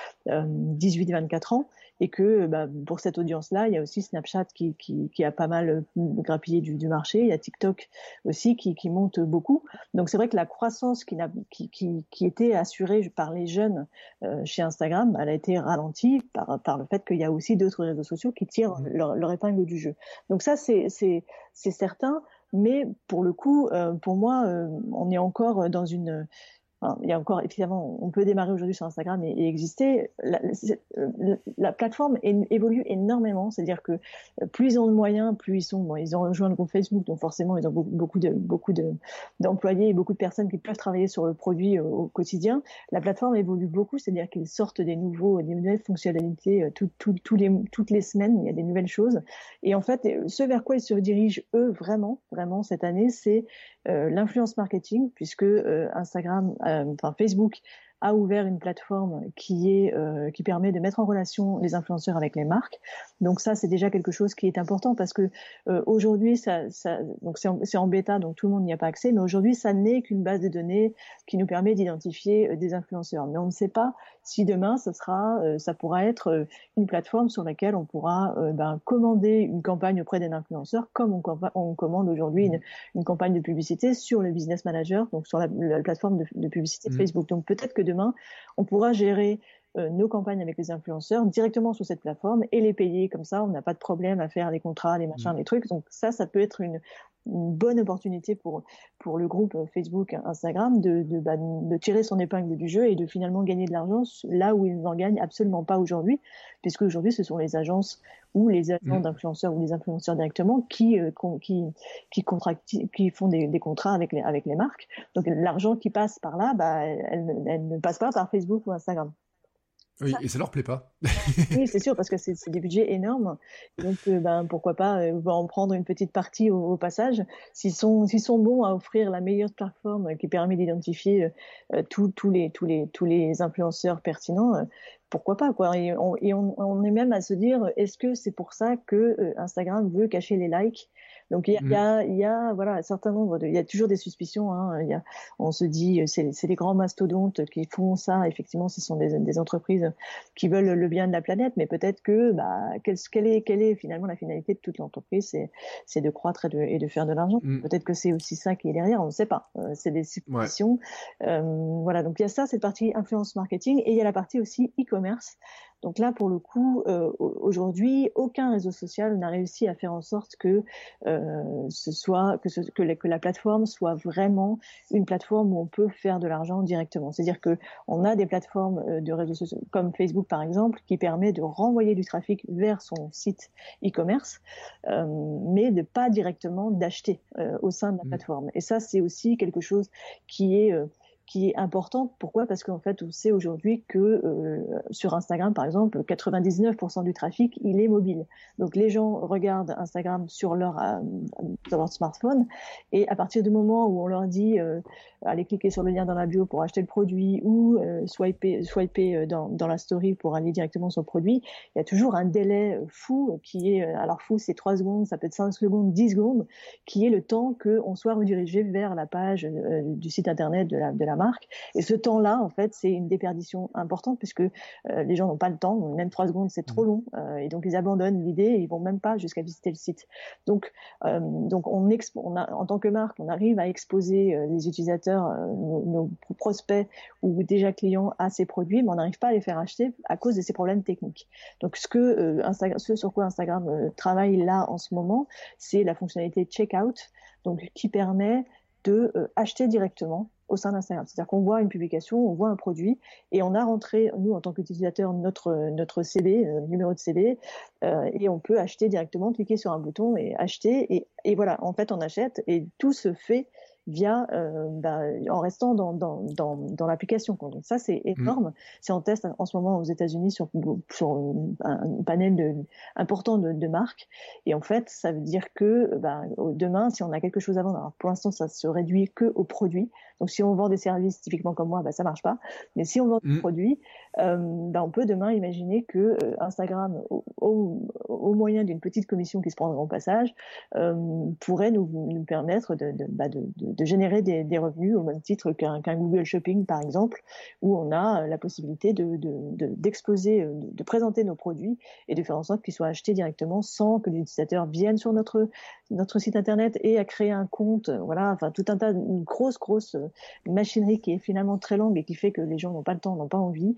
18-24 ans, et que pour cette audience-là, il y a aussi Snapchat qui a pas mal grappillé du marché. Il y a TikTok aussi qui monte beaucoup. Donc c'est vrai que la croissance qui était assurée par les jeunes chez Instagram, elle a été ralentie par le fait qu'il y a aussi d'autres réseaux sociaux qui tirent leur épingle du jeu. Donc ça c'est certain, mais pour le coup, pour moi, on est encore dans une... Enfin, il y a encore, évidemment, on peut démarrer aujourd'hui sur Instagram et exister. La plateforme évolue énormément, c'est-à-dire que plus ils ont de moyens, plus ils ont rejoint le groupe Facebook, donc forcément ils ont beaucoup d'employés et beaucoup de personnes qui peuvent travailler sur le produit au quotidien. La plateforme évolue beaucoup, c'est-à-dire qu'ils sortent des nouvelles fonctionnalités toutes les semaines. Il y a des nouvelles choses, et en fait, ce vers quoi ils se dirigent eux vraiment cette année, c'est l'influence marketing, puisque Facebook a ouvert une plateforme qui permet de mettre en relation les influenceurs avec les marques. Donc ça, c'est déjà quelque chose qui est important, parce que aujourd'hui, donc c'est en bêta, donc tout le monde n'y a pas accès, mais aujourd'hui, ça n'est qu'une base de données qui nous permet d'identifier des influenceurs. Mais on ne sait pas si demain, ça pourra être une plateforme sur laquelle on pourra commander une campagne auprès d'un influenceur, comme on commande aujourd'hui une campagne de publicité sur le Business Manager, donc sur la plateforme de publicité de Facebook. Donc peut-être que demain, on pourra gérer nos campagnes avec les influenceurs directement sur cette plateforme et les payer comme ça. On n'a pas de problème à faire les contrats, les machins, les trucs. Donc ça peut être une bonne opportunité pour le groupe Facebook, Instagram, de tirer son épingle du jeu et de finalement gagner de l'argent là où ils n'en gagnent absolument pas aujourd'hui, puisque aujourd'hui ce sont les agences ou les agents d'influenceurs ou les influenceurs directement qui font des contrats avec les marques. Donc l'argent qui passe par là, elle ne passe pas par Facebook ou Instagram. Oui, et ça leur plaît pas. Oui, c'est sûr, parce que c'est des budgets énormes. Donc, pourquoi pas en prendre une petite partie au passage. S'ils sont bons à offrir la meilleure plateforme qui permet d'identifier tous les influenceurs pertinents, pourquoi pas, quoi. Et on est même à se dire, est-ce que c'est pour ça que Instagram veut cacher les likes? Donc il y a voilà un certain nombre il y a toujours des suspicions, hein. On se dit c'est les grands mastodontes qui font ça. Effectivement, ce sont des entreprises qui veulent le bien de la planète, mais peut-être que quelle est finalement la finalité de toute l'entreprise, c'est de croître et de faire de l'argent. Peut-être que c'est aussi ça qui est derrière, on ne sait pas. C'est des suppositions. Ouais. Voilà, donc il y a ça, cette partie influence marketing, et il y a la partie aussi e-commerce. Donc là, pour le coup, aujourd'hui, aucun réseau social n'a réussi à faire en sorte que la plateforme soit vraiment une plateforme où on peut faire de l'argent directement. C'est-à-dire que on a des plateformes de réseaux sociaux comme Facebook par exemple qui permet de renvoyer du trafic vers son site e-commerce, mais de pas directement d'acheter au sein de la plateforme. Et ça, c'est aussi quelque chose qui est important. Pourquoi ? Parce qu'en fait, on sait aujourd'hui que sur Instagram, par exemple, 99% du trafic, il est mobile. Donc, les gens regardent Instagram sur leur smartphone, et à partir du moment où on leur dit allez cliquer sur le lien dans la bio pour acheter le produit, ou swiper dans la story pour aller directement sur le produit, il y a toujours un délai fou qui est, alors fou, c'est 3 secondes, ça peut être 5 secondes, 10 secondes, qui est le temps qu'on soit redirigé vers la page du site internet de la marque. Et ce temps-là, en fait, c'est une déperdition importante, puisque les gens n'ont pas le temps, même 3 secondes, c'est trop long, et donc ils abandonnent l'idée et ils vont même pas jusqu'à visiter le site. Donc en tant que marque, on arrive à exposer les utilisateurs, nos prospects ou déjà clients à ces produits, mais on n'arrive pas à les faire acheter à cause de ces problèmes techniques. Donc ce sur quoi Instagram travaille là en ce moment, c'est la fonctionnalité checkout, donc qui permet de acheter directement au sein d'Instagram. C'est-à-dire qu'on voit une publication, on voit un produit, et on a rentré, nous, en tant qu'utilisateur, notre CB, numéro de CB, et on peut acheter directement, cliquer sur un bouton et acheter, et voilà, en fait, on achète, et tout se fait en restant dans l'application. Donc ça, c'est énorme. C'est en test en ce moment aux États-Unis sur un panel important de marques. Et en fait, ça veut dire que demain, si on a quelque chose à vendre, alors pour l'instant, ça se réduit que aux produits. Donc si on vend des services, typiquement comme moi, ça marche pas. Mais si on vend des produits, on peut demain imaginer que Instagram, au moyen d'une petite commission qui se prendra au passage, pourrait nous permettre de générer des revenus au même titre qu'un Google Shopping, par exemple, où on a la possibilité d'exposer, de présenter nos produits et de faire en sorte qu'ils soient achetés directement sans que l'utilisateur vienne sur notre site internet et à créer un compte. Voilà, enfin tout un tas, une grosse machinerie qui est finalement très longue et qui fait que les gens n'ont pas le temps, n'ont pas envie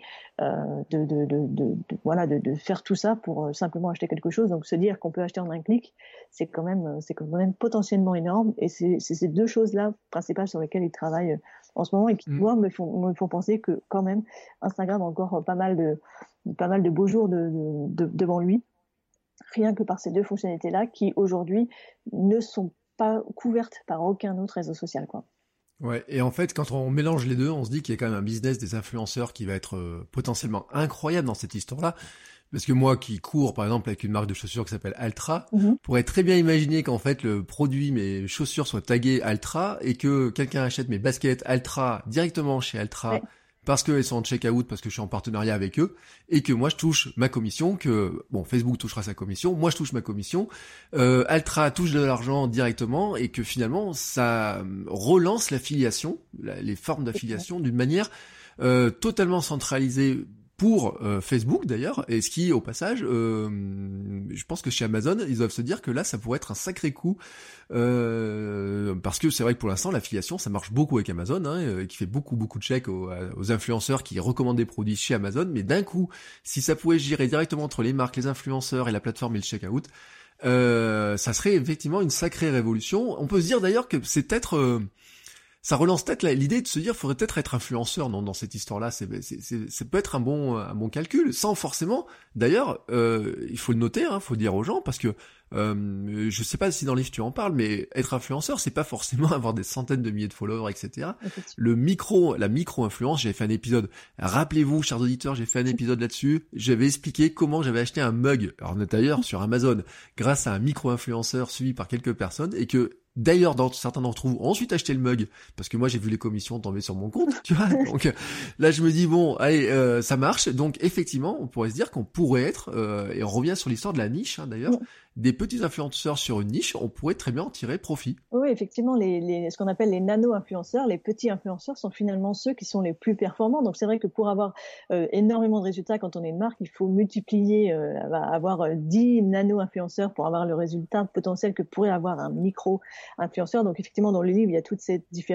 de faire tout ça pour simplement acheter quelque chose. Donc se dire qu'on peut acheter en un clic, c'est quand même potentiellement énorme. Et c'est ces deux choses-là principales sur lesquelles ils travaillent en ce moment et qui, moi, me font penser que quand même Instagram a encore pas mal de beaux jours devant lui, rien que par ces deux fonctionnalités-là qui aujourd'hui ne sont pas couvertes par aucun autre réseau social, quoi. Ouais, et en fait, quand on mélange les deux, on se dit qu'il y a quand même un business des influenceurs qui va être potentiellement incroyable dans cette histoire-là. Parce que moi, qui cours, par exemple, avec une marque de chaussures qui s'appelle Altra, pourrais très bien imaginer qu'en fait, le produit, mes chaussures soient taguées Altra et que quelqu'un achète mes baskets Altra directement chez Altra. Ouais. Parce qu'elles sont en check-out, parce que je suis en partenariat avec eux, et que moi je touche ma commission, Facebook touchera sa commission, moi je touche ma commission, Altra touche de l'argent directement, et que finalement ça relance l'affiliation, les formes d'affiliation d'une manière totalement centralisée pour Facebook d'ailleurs, et ce qui, au passage, je pense que chez Amazon, ils doivent se dire que là, ça pourrait être un sacré coup, parce que c'est vrai que pour l'instant, l'affiliation, ça marche beaucoup avec Amazon, qui fait beaucoup de chèques aux influenceurs qui recommandent des produits chez Amazon, mais d'un coup, si ça pouvait gérer directement entre les marques, les influenceurs et la plateforme et le checkout, ça serait effectivement une sacrée révolution. On peut se dire d'ailleurs que c'est peut-être... ça relance peut-être l'idée de se dire, faudrait peut-être être influenceur dans cette histoire-là. Ça peut être un bon calcul, sans forcément. D'ailleurs, il faut le noter, faut dire aux gens, parce que je sais pas si dans le livre tu en parles, mais être influenceur, c'est pas forcément avoir des centaines de milliers de followers, etc. La micro-influence, j'avais fait un épisode. Rappelez-vous, chers auditeurs, j'ai fait un épisode là-dessus. J'avais expliqué comment j'avais acheté un mug, alors d'ailleurs sur Amazon, grâce à un micro-influenceur suivi par quelques personnes, et que d'ailleurs, certains d'entre vous ont ensuite acheté le mug, parce que moi j'ai vu les commissions tomber sur mon compte, tu vois. Donc là je me dis bon, allez, ça marche. Donc effectivement, on pourrait se dire qu'on pourrait être, et on revient sur l'histoire de la niche d'ailleurs, des petits influenceurs sur une niche, on pourrait très bien en tirer profit. Oui, effectivement, ce qu'on appelle les nano-influenceurs, les petits influenceurs sont finalement ceux qui sont les plus performants. Donc c'est vrai que pour avoir énormément de résultats quand on est une marque, il faut multiplier, avoir 10 nano-influenceurs pour avoir le résultat potentiel que pourrait avoir un micro-influenceur. Donc effectivement, dans le livre, il y a toute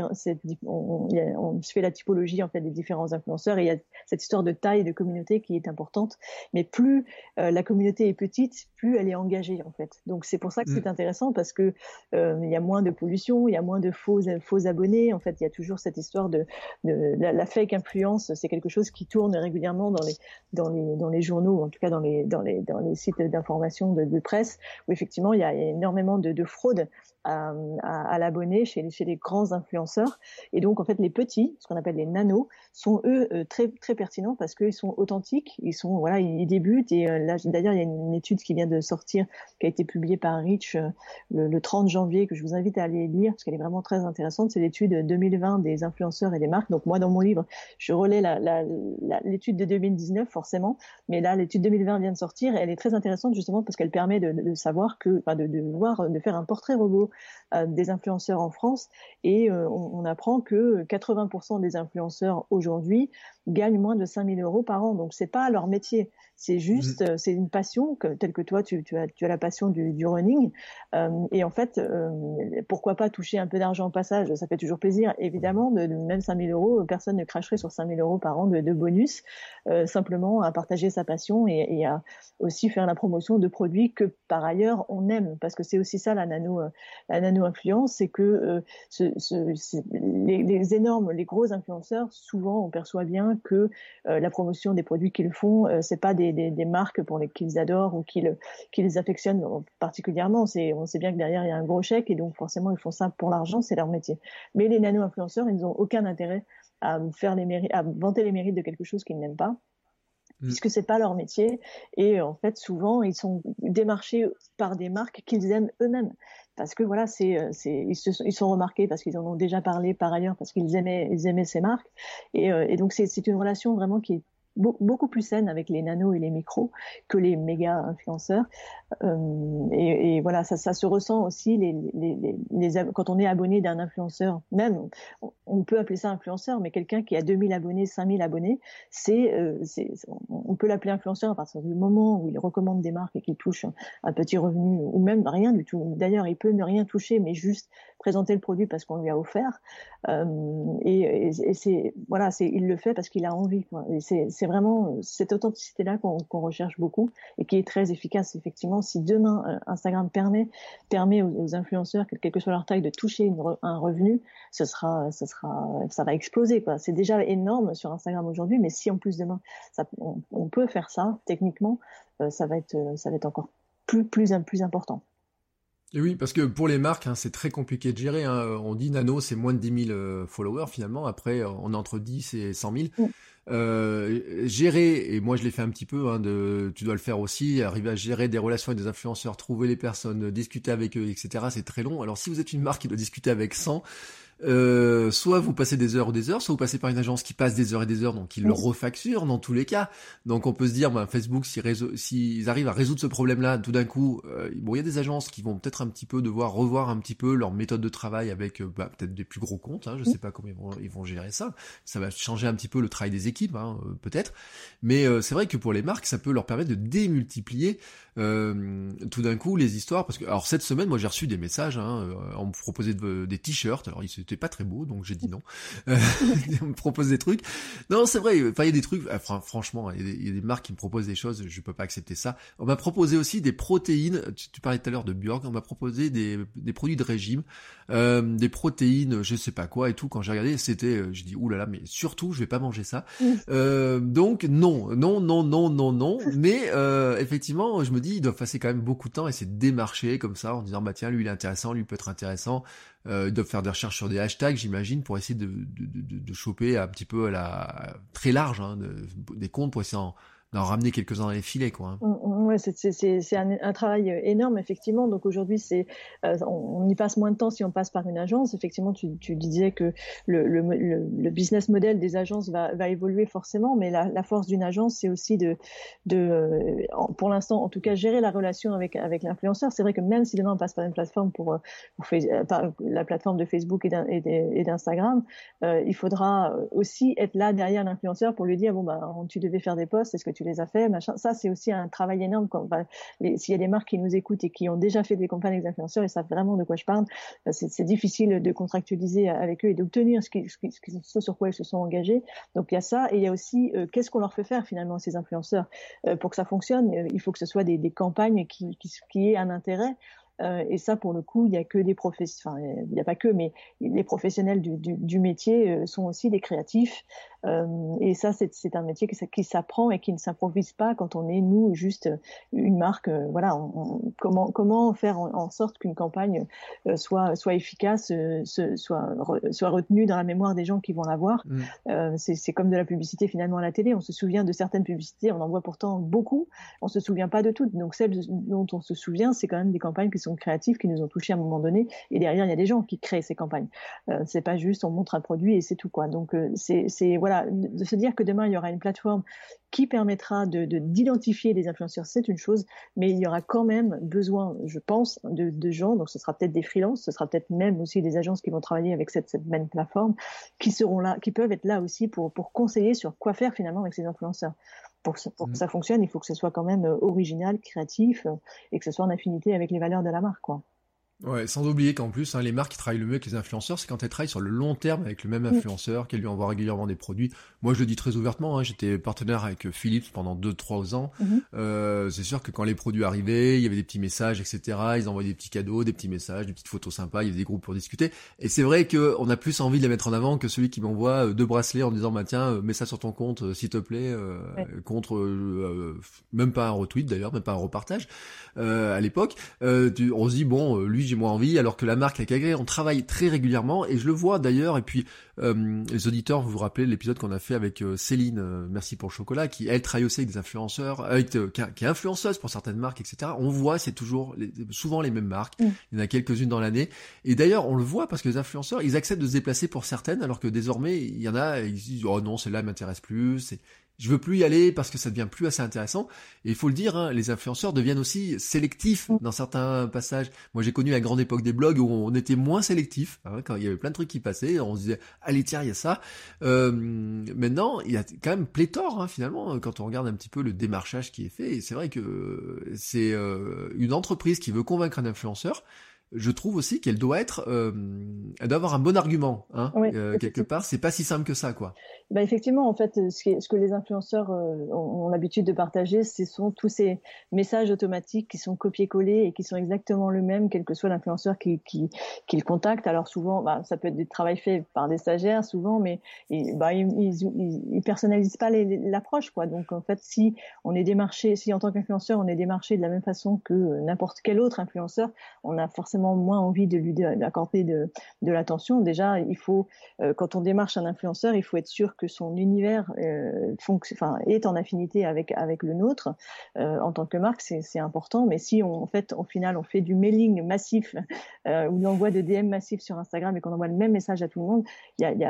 on fait la typologie en fait des différents influenceurs et il y a cette histoire de taille de communauté qui est importante. Mais plus la communauté est petite, plus elle est engagée en fait. Donc c'est pour ça que c'est intéressant parce que il y a moins de pollution, il y a moins de faux abonnés. En fait, il y a toujours cette histoire de la fake influence. C'est quelque chose qui tourne régulièrement dans les journaux, en tout cas dans les sites d'information de presse, où effectivement il y a énormément de fraude à l'abonné chez les grands influenceurs. Et donc en fait les petits, ce qu'on appelle les nanos, sont eux très très pertinents parce qu'ils sont authentiques, ils débutent. Et là d'ailleurs il y a une étude qui vient de sortir, qui a été publiée par Rich le 30 janvier, que je vous invite à aller lire parce qu'elle est vraiment très intéressante. C'est l'étude 2020 des influenceurs et des marques. Donc moi dans mon livre je relais l'étude de 2019 forcément, mais là l'étude 2020 vient de sortir et elle est très intéressante justement parce qu'elle permet de savoir de faire un portrait robot des influenceurs en France et on apprend que 80% des influenceurs aujourd'hui gagnent moins de 5 000 € par an. Donc c'est pas leur métier, c'est juste c'est une passion telle que toi tu as la passion du running et en fait pourquoi pas toucher un peu d'argent au passage, ça fait toujours plaisir évidemment, même 5 000 €, personne ne cracherait sur 5 000 € par an de bonus, simplement à partager sa passion et à aussi faire la promotion de produits que par ailleurs on aime, parce que c'est aussi ça la nano-influence, c'est que les gros influenceurs, souvent on perçoit bien que la promotion des produits qu'ils font, c'est pas des des marques qu'ils adorent ou qui les affectionnent particulièrement. On sait bien que derrière il y a un gros chèque et donc forcément ils font ça pour l'argent, c'est leur métier. Mais les nano-influenceurs, ils n'ont aucun intérêt à vanter les mérites de quelque chose qu'ils n'aiment pas, puisque c'est pas leur métier. Et en fait, souvent, ils sont démarchés par des marques qu'ils aiment eux-mêmes. Parce que voilà, ils sont remarqués parce qu'ils en ont déjà parlé par ailleurs, parce qu'ils aimaient ces marques. Et donc, c'est une relation vraiment qui est beaucoup plus saine avec les nanos et les micros que les méga influenceurs. Et voilà, ça se ressent aussi quand on est abonné d'un influenceur. Même, on peut appeler ça influenceur, mais quelqu'un qui a 2000 abonnés, 5000 abonnés, on peut l'appeler influenceur à partir du moment où il recommande des marques et qu'il touche un petit revenu, ou même rien du tout. D'ailleurs, il peut ne rien toucher, mais juste présenter le produit parce qu'on lui a offert. Et il le fait parce qu'il a envie, quoi. Et c'est vraiment cette authenticité-là qu'on recherche beaucoup et qui est très efficace, effectivement. Si demain Instagram permet aux influenceurs, quelle que soit leur taille, de toucher un revenu, ça va exploser, quoi. C'est déjà énorme sur Instagram aujourd'hui, mais si en plus demain on peut faire ça techniquement, ça va être encore plus important. Et oui, parce que pour les marques, c'est très compliqué de gérer. On dit nano, c'est moins de 10 000 followers finalement. Après, on est entre 10 et 100 000. Gérer, et moi je l'ai fait un petit peu, tu dois le faire aussi, arriver à gérer des relations avec des influenceurs, trouver les personnes, discuter avec eux, etc. C'est très long. Alors si vous êtes une marque qui doit discuter avec 100, soit vous passez des heures ou des heures, soit vous passez par une agence qui passe des heures et des heures, donc ils le refacturent dans tous les cas. Donc on peut se dire, Facebook, s'ils arrivent à résoudre ce problème-là, tout d'un coup, il y a des agences qui vont peut-être un petit peu devoir revoir un petit peu leur méthode de travail avec peut-être des plus gros comptes. Je sais pas comment ils vont gérer ça. Ça va changer un petit peu le travail des équipes, peut-être. Mais c'est vrai que pour les marques, ça peut leur permettre de démultiplier tout d'un coup les histoires. Parce que alors cette semaine, moi j'ai reçu des messages, on me proposait des t-shirts. Alors c'était pas très beau, donc j'ai dit non. On me propose des trucs. Non, c'est vrai. Enfin, il y a des trucs. Franchement, il y a des marques qui me proposent des choses. Je peux pas accepter ça. On m'a proposé aussi des protéines. Tu parlais tout à l'heure de Björk. On m'a proposé des produits de régime, des protéines, je sais pas quoi et tout. Quand j'ai regardé, j'ai dit oulala, mais surtout, je vais pas manger ça. Donc non. Mais effectivement, je me dis, ils doivent passer quand même beaucoup de temps et c'est démarcher comme ça en disant tiens, lui il est intéressant, lui peut être intéressant. Ils doivent faire des recherches sur des hashtags, j'imagine, pour essayer de choper un petit peu très large des comptes pour essayer d'en ramener quelques-uns dans les filets, quoi. Ouais, c'est un travail énorme, effectivement. Donc aujourd'hui, on y passe moins de temps si on passe par une agence. Effectivement, tu disais que le business model des agences va évoluer forcément, mais la force d'une agence, c'est aussi pour l'instant, en tout cas, gérer la relation avec l'influenceur. C'est vrai que même si demain on passe par une plateforme par la plateforme de Facebook et d'Instagram, il faudra aussi être là derrière l'influenceur pour lui dire tu devais faire des posts, est-ce que tu les as fait, machin. Ça, c'est aussi un travail énorme. S'il y a des marques qui nous écoutent et qui ont déjà fait des campagnes avec des influenceurs, ils savent vraiment de quoi je parle. C'est difficile de contractualiser avec eux et d'obtenir ce sur quoi ils se sont engagés. Donc il y a ça, et il y a aussi qu'est-ce qu'on leur fait faire finalement à ces influenceurs pour que ça fonctionne. Il faut que ce soit des campagnes qui aient un intérêt. Et ça, pour le coup, il y a que des il n'y a pas que, mais les professionnels du métier sont aussi des créatifs. Et ça, c'est un métier qui s'apprend et qui ne s'improvise pas quand on est, nous, juste une marque. Comment faire en sorte qu'une campagne soit efficace, soit retenue dans la mémoire des gens qui vont la voir. C'est comme de la publicité finalement à la télé. On se souvient de certaines publicités, on en voit pourtant beaucoup. On se souvient pas de toutes. Donc celles dont on se souvient, c'est quand même des campagnes qui sont créatives, qui nous ont touchés à un moment donné. Et derrière, il y a des gens qui créent ces campagnes. C'est pas juste on montre un produit et c'est tout, quoi. Donc voilà, de se dire que demain il y aura une plateforme qui permettra d'identifier les influenceurs, c'est une chose, mais il y aura quand même besoin, je pense, de gens. Donc ce sera peut-être des freelances, ce sera peut-être même aussi des agences qui vont travailler avec cette même plateforme, qui seront là, qui peuvent être là aussi pour conseiller sur quoi faire finalement avec ces influenceurs. Pour que ça fonctionne, il faut que ce soit quand même original, créatif, et que ce soit en affinité avec les valeurs de la marque, quoi. Ouais, sans oublier qu'en plus, les marques qui travaillent le mieux avec les influenceurs, c'est quand elles travaillent sur le long terme avec le même influenceur, qu'elles lui envoient régulièrement des produits. Moi, je le dis très ouvertement, j'étais partenaire avec Philips pendant 2-3 ans. C'est sûr que quand les produits arrivaient, il y avait des petits messages, etc. Ils envoyaient des petits cadeaux, des petits messages, des petites photos sympas, il y avait des groupes pour discuter. Et c'est vrai que on a plus envie de les mettre en avant que celui qui m'envoie 2 bracelets en disant, bah tiens, mets ça sur ton compte, s'il te plaît, contre même pas un retweet d'ailleurs, même pas un repartage. À l'époque, on se dit bon, lui j'ai moins envie, alors que la marque avec laquelle on travaille très régulièrement, et je le vois d'ailleurs, et puis les auditeurs, vous vous rappelez l'épisode qu'on a fait avec Céline, merci pour le chocolat, qui elle travaille aussi avec des influenceurs, qui est influenceuse pour certaines marques, etc. On voit, c'est toujours souvent les mêmes marques, il y en a quelques-unes dans l'année, et d'ailleurs on le voit parce que les influenceurs, ils acceptent de se déplacer pour certaines, alors que désormais il y en a, ils se disent oh non, celle-là m'intéresse plus, je veux plus y aller parce que ça devient plus assez intéressant. Et il faut le dire, les influenceurs deviennent aussi sélectifs dans certains passages. Moi, j'ai connu la grande époque des blogs où on était moins sélectif, quand il y avait plein de trucs qui passaient, on se disait allez tiens, il y a ça. Maintenant, il y a quand même pléthore finalement quand on regarde un petit peu le démarchage qui est fait. Et c'est vrai que c'est une entreprise qui veut convaincre un influenceur. Je trouve aussi qu'elle doit être, elle doit avoir un bon argument, quelque part. C'est pas si simple que ça, quoi. Bah effectivement, en fait, ce que les influenceurs ont l'habitude de partager, ce sont tous ces messages automatiques qui sont copiés-collés et qui sont exactement le même, quel que soit l'influenceur qui le contacte. Alors souvent, ça peut être du travail fait par des stagiaires, souvent, mais ils personnalisent pas l'approche, quoi. Donc en fait, si en tant qu'influenceur, on est démarché de la même façon que n'importe quel autre influenceur, on a forcément moins envie de lui accorder de l'attention. Déjà, il faut, quand on démarche un influenceur, il faut être sûr que son univers est en affinité avec le nôtre. En tant que marque, c'est important. Mais si au final, on fait du mailing massif ou l'envoi de DM massif sur Instagram et qu'on envoie le même message à tout le monde, il y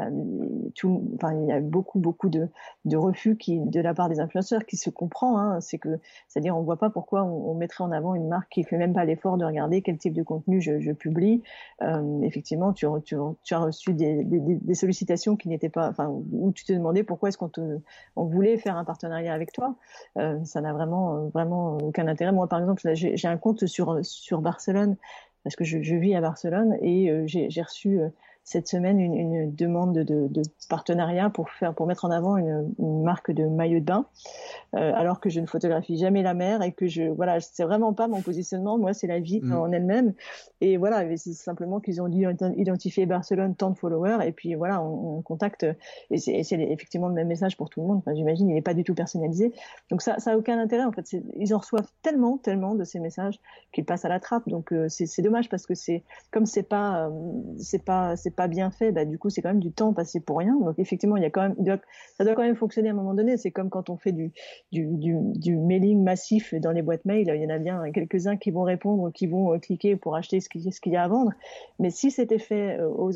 a beaucoup de refus de la part des influenceurs qui se comprend. C'est-à-dire, on voit pas pourquoi on mettrait en avant une marque qui fait même pas l'effort de regarder quel type de contenu je publie. Effectivement, tu as reçu des sollicitations qui n'étaient pas, où tu te demandais pourquoi est-ce on voulait faire un partenariat avec toi. Ça n'a vraiment aucun intérêt. Moi, par exemple, là, j'ai un compte sur Barcelone parce que je vis à Barcelone et j'ai reçu cette semaine une demande de partenariat pour mettre en avant une marque de maillot de bain, alors que je ne photographie jamais la mer et que c'est vraiment pas mon positionnement. Moi, c'est la vie en elle-même. Et voilà, c'est simplement qu'ils ont dû identifier Barcelone, tant de followers, et puis voilà, on contacte, et c'est effectivement le même message pour tout le monde. Enfin, j'imagine, il n'est pas du tout personnalisé. Donc ça a aucun intérêt, en fait. Ils en reçoivent tellement de ces messages qu'ils passent à la trappe. Donc c'est dommage parce que comme c'est pas bien fait, du coup c'est quand même du temps passé pour rien. Donc effectivement, ça doit quand même fonctionner à un moment donné. C'est comme quand on fait du mailing massif dans les boîtes mail, il y en a bien quelques-uns qui vont répondre, qui vont cliquer pour acheter ce qu'il y a à vendre. Mais si c'était fait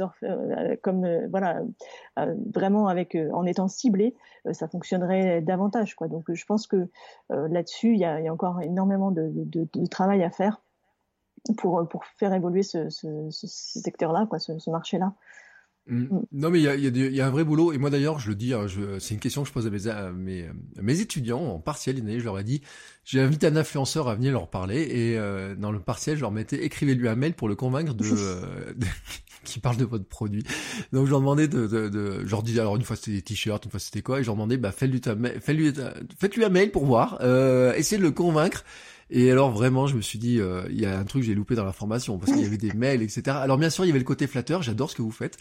vraiment en étant ciblé, ça fonctionnerait davantage, quoi. Donc je pense que là-dessus il y a encore énormément de travail à faire pour faire évoluer ce secteur-là, quoi, ce marché-là. Non, mais il y a un vrai boulot. Et moi d'ailleurs, je le dis, c'est une question que je pose à mes étudiants en partiel. Une année, je leur ai dit, j'ai invité un influenceur à venir leur parler, et dans le partiel, je leur mettais, écrivez-lui un mail pour le convaincre qui parle de votre produit. Donc je leur demandais je leur disais, alors une fois c'était des t-shirts, une fois c'était quoi, et je leur demandais, faites-lui un mail pour voir, essayez de le convaincre. Et alors vraiment, je me suis dit, il y a un truc que j'ai loupé dans la formation, parce qu'il y avait des mails, etc. Alors bien sûr, il y avait le côté flatteur, j'adore ce que vous faites.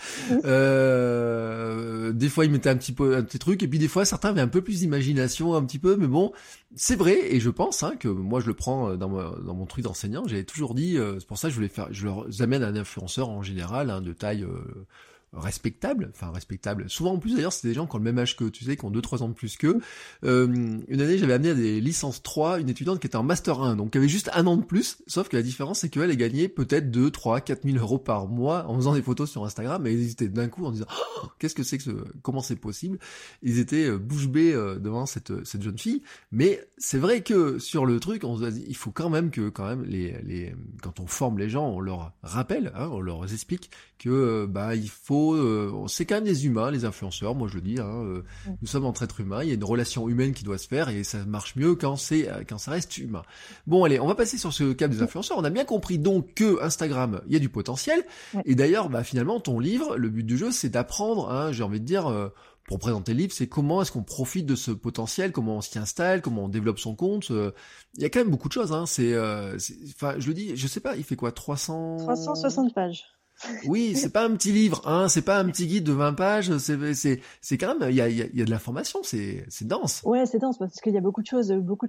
Des fois, ils mettaient un petit truc, et puis des fois, certains avaient un peu plus d'imagination, un petit peu, mais bon, c'est vrai, et je pense que moi, je le prends dans mon truc d'enseignant. J'avais toujours dit, c'est pour ça que je leur amène un influenceur en général, de taille respectable. Souvent en plus d'ailleurs, c'est des gens qui ont le même âge qu'eux, tu sais, qui ont 2-3 ans de plus qu'eux. Une année, j'avais amené à des licences 3 une étudiante qui était en master 1, donc qui avait juste un an de plus, sauf que la différence c'est qu'elle gagnait peut-être 2, 3, 4 000 euros par mois en faisant des photos sur Instagram, et ils étaient d'un coup en disant qu'est-ce que c'est comment c'est possible. Ils étaient bouche bée devant cette jeune fille. Mais c'est vrai que sur le truc, on se dit, il faut quand même les quand on forme les gens, on leur rappelle, on leur explique que il faut faut, c'est quand même des humains, les influenceurs, moi je le dis, nous sommes entre êtres humains, il y a une relation humaine qui doit se faire et ça marche mieux quand ça reste humain. Bon allez, on va passer sur ce cap des influenceurs. On a bien compris donc que Instagram, il y a du potentiel. Et d'ailleurs, finalement, ton livre, le but du jeu, c'est d'apprendre, j'ai envie de dire, pour présenter le livre, c'est comment est-ce qu'on profite de ce potentiel, comment on s'y installe, comment on développe son compte. Il y a quand même beaucoup de choses. Enfin, je le dis, je sais pas, il fait quoi, 360 pages. Oui, c'est pas un petit livre, c'est pas un petit guide de 20 pages, c'est quand même, il y a de l'information, c'est dense. Ouais, c'est dense parce qu'il y a beaucoup de choses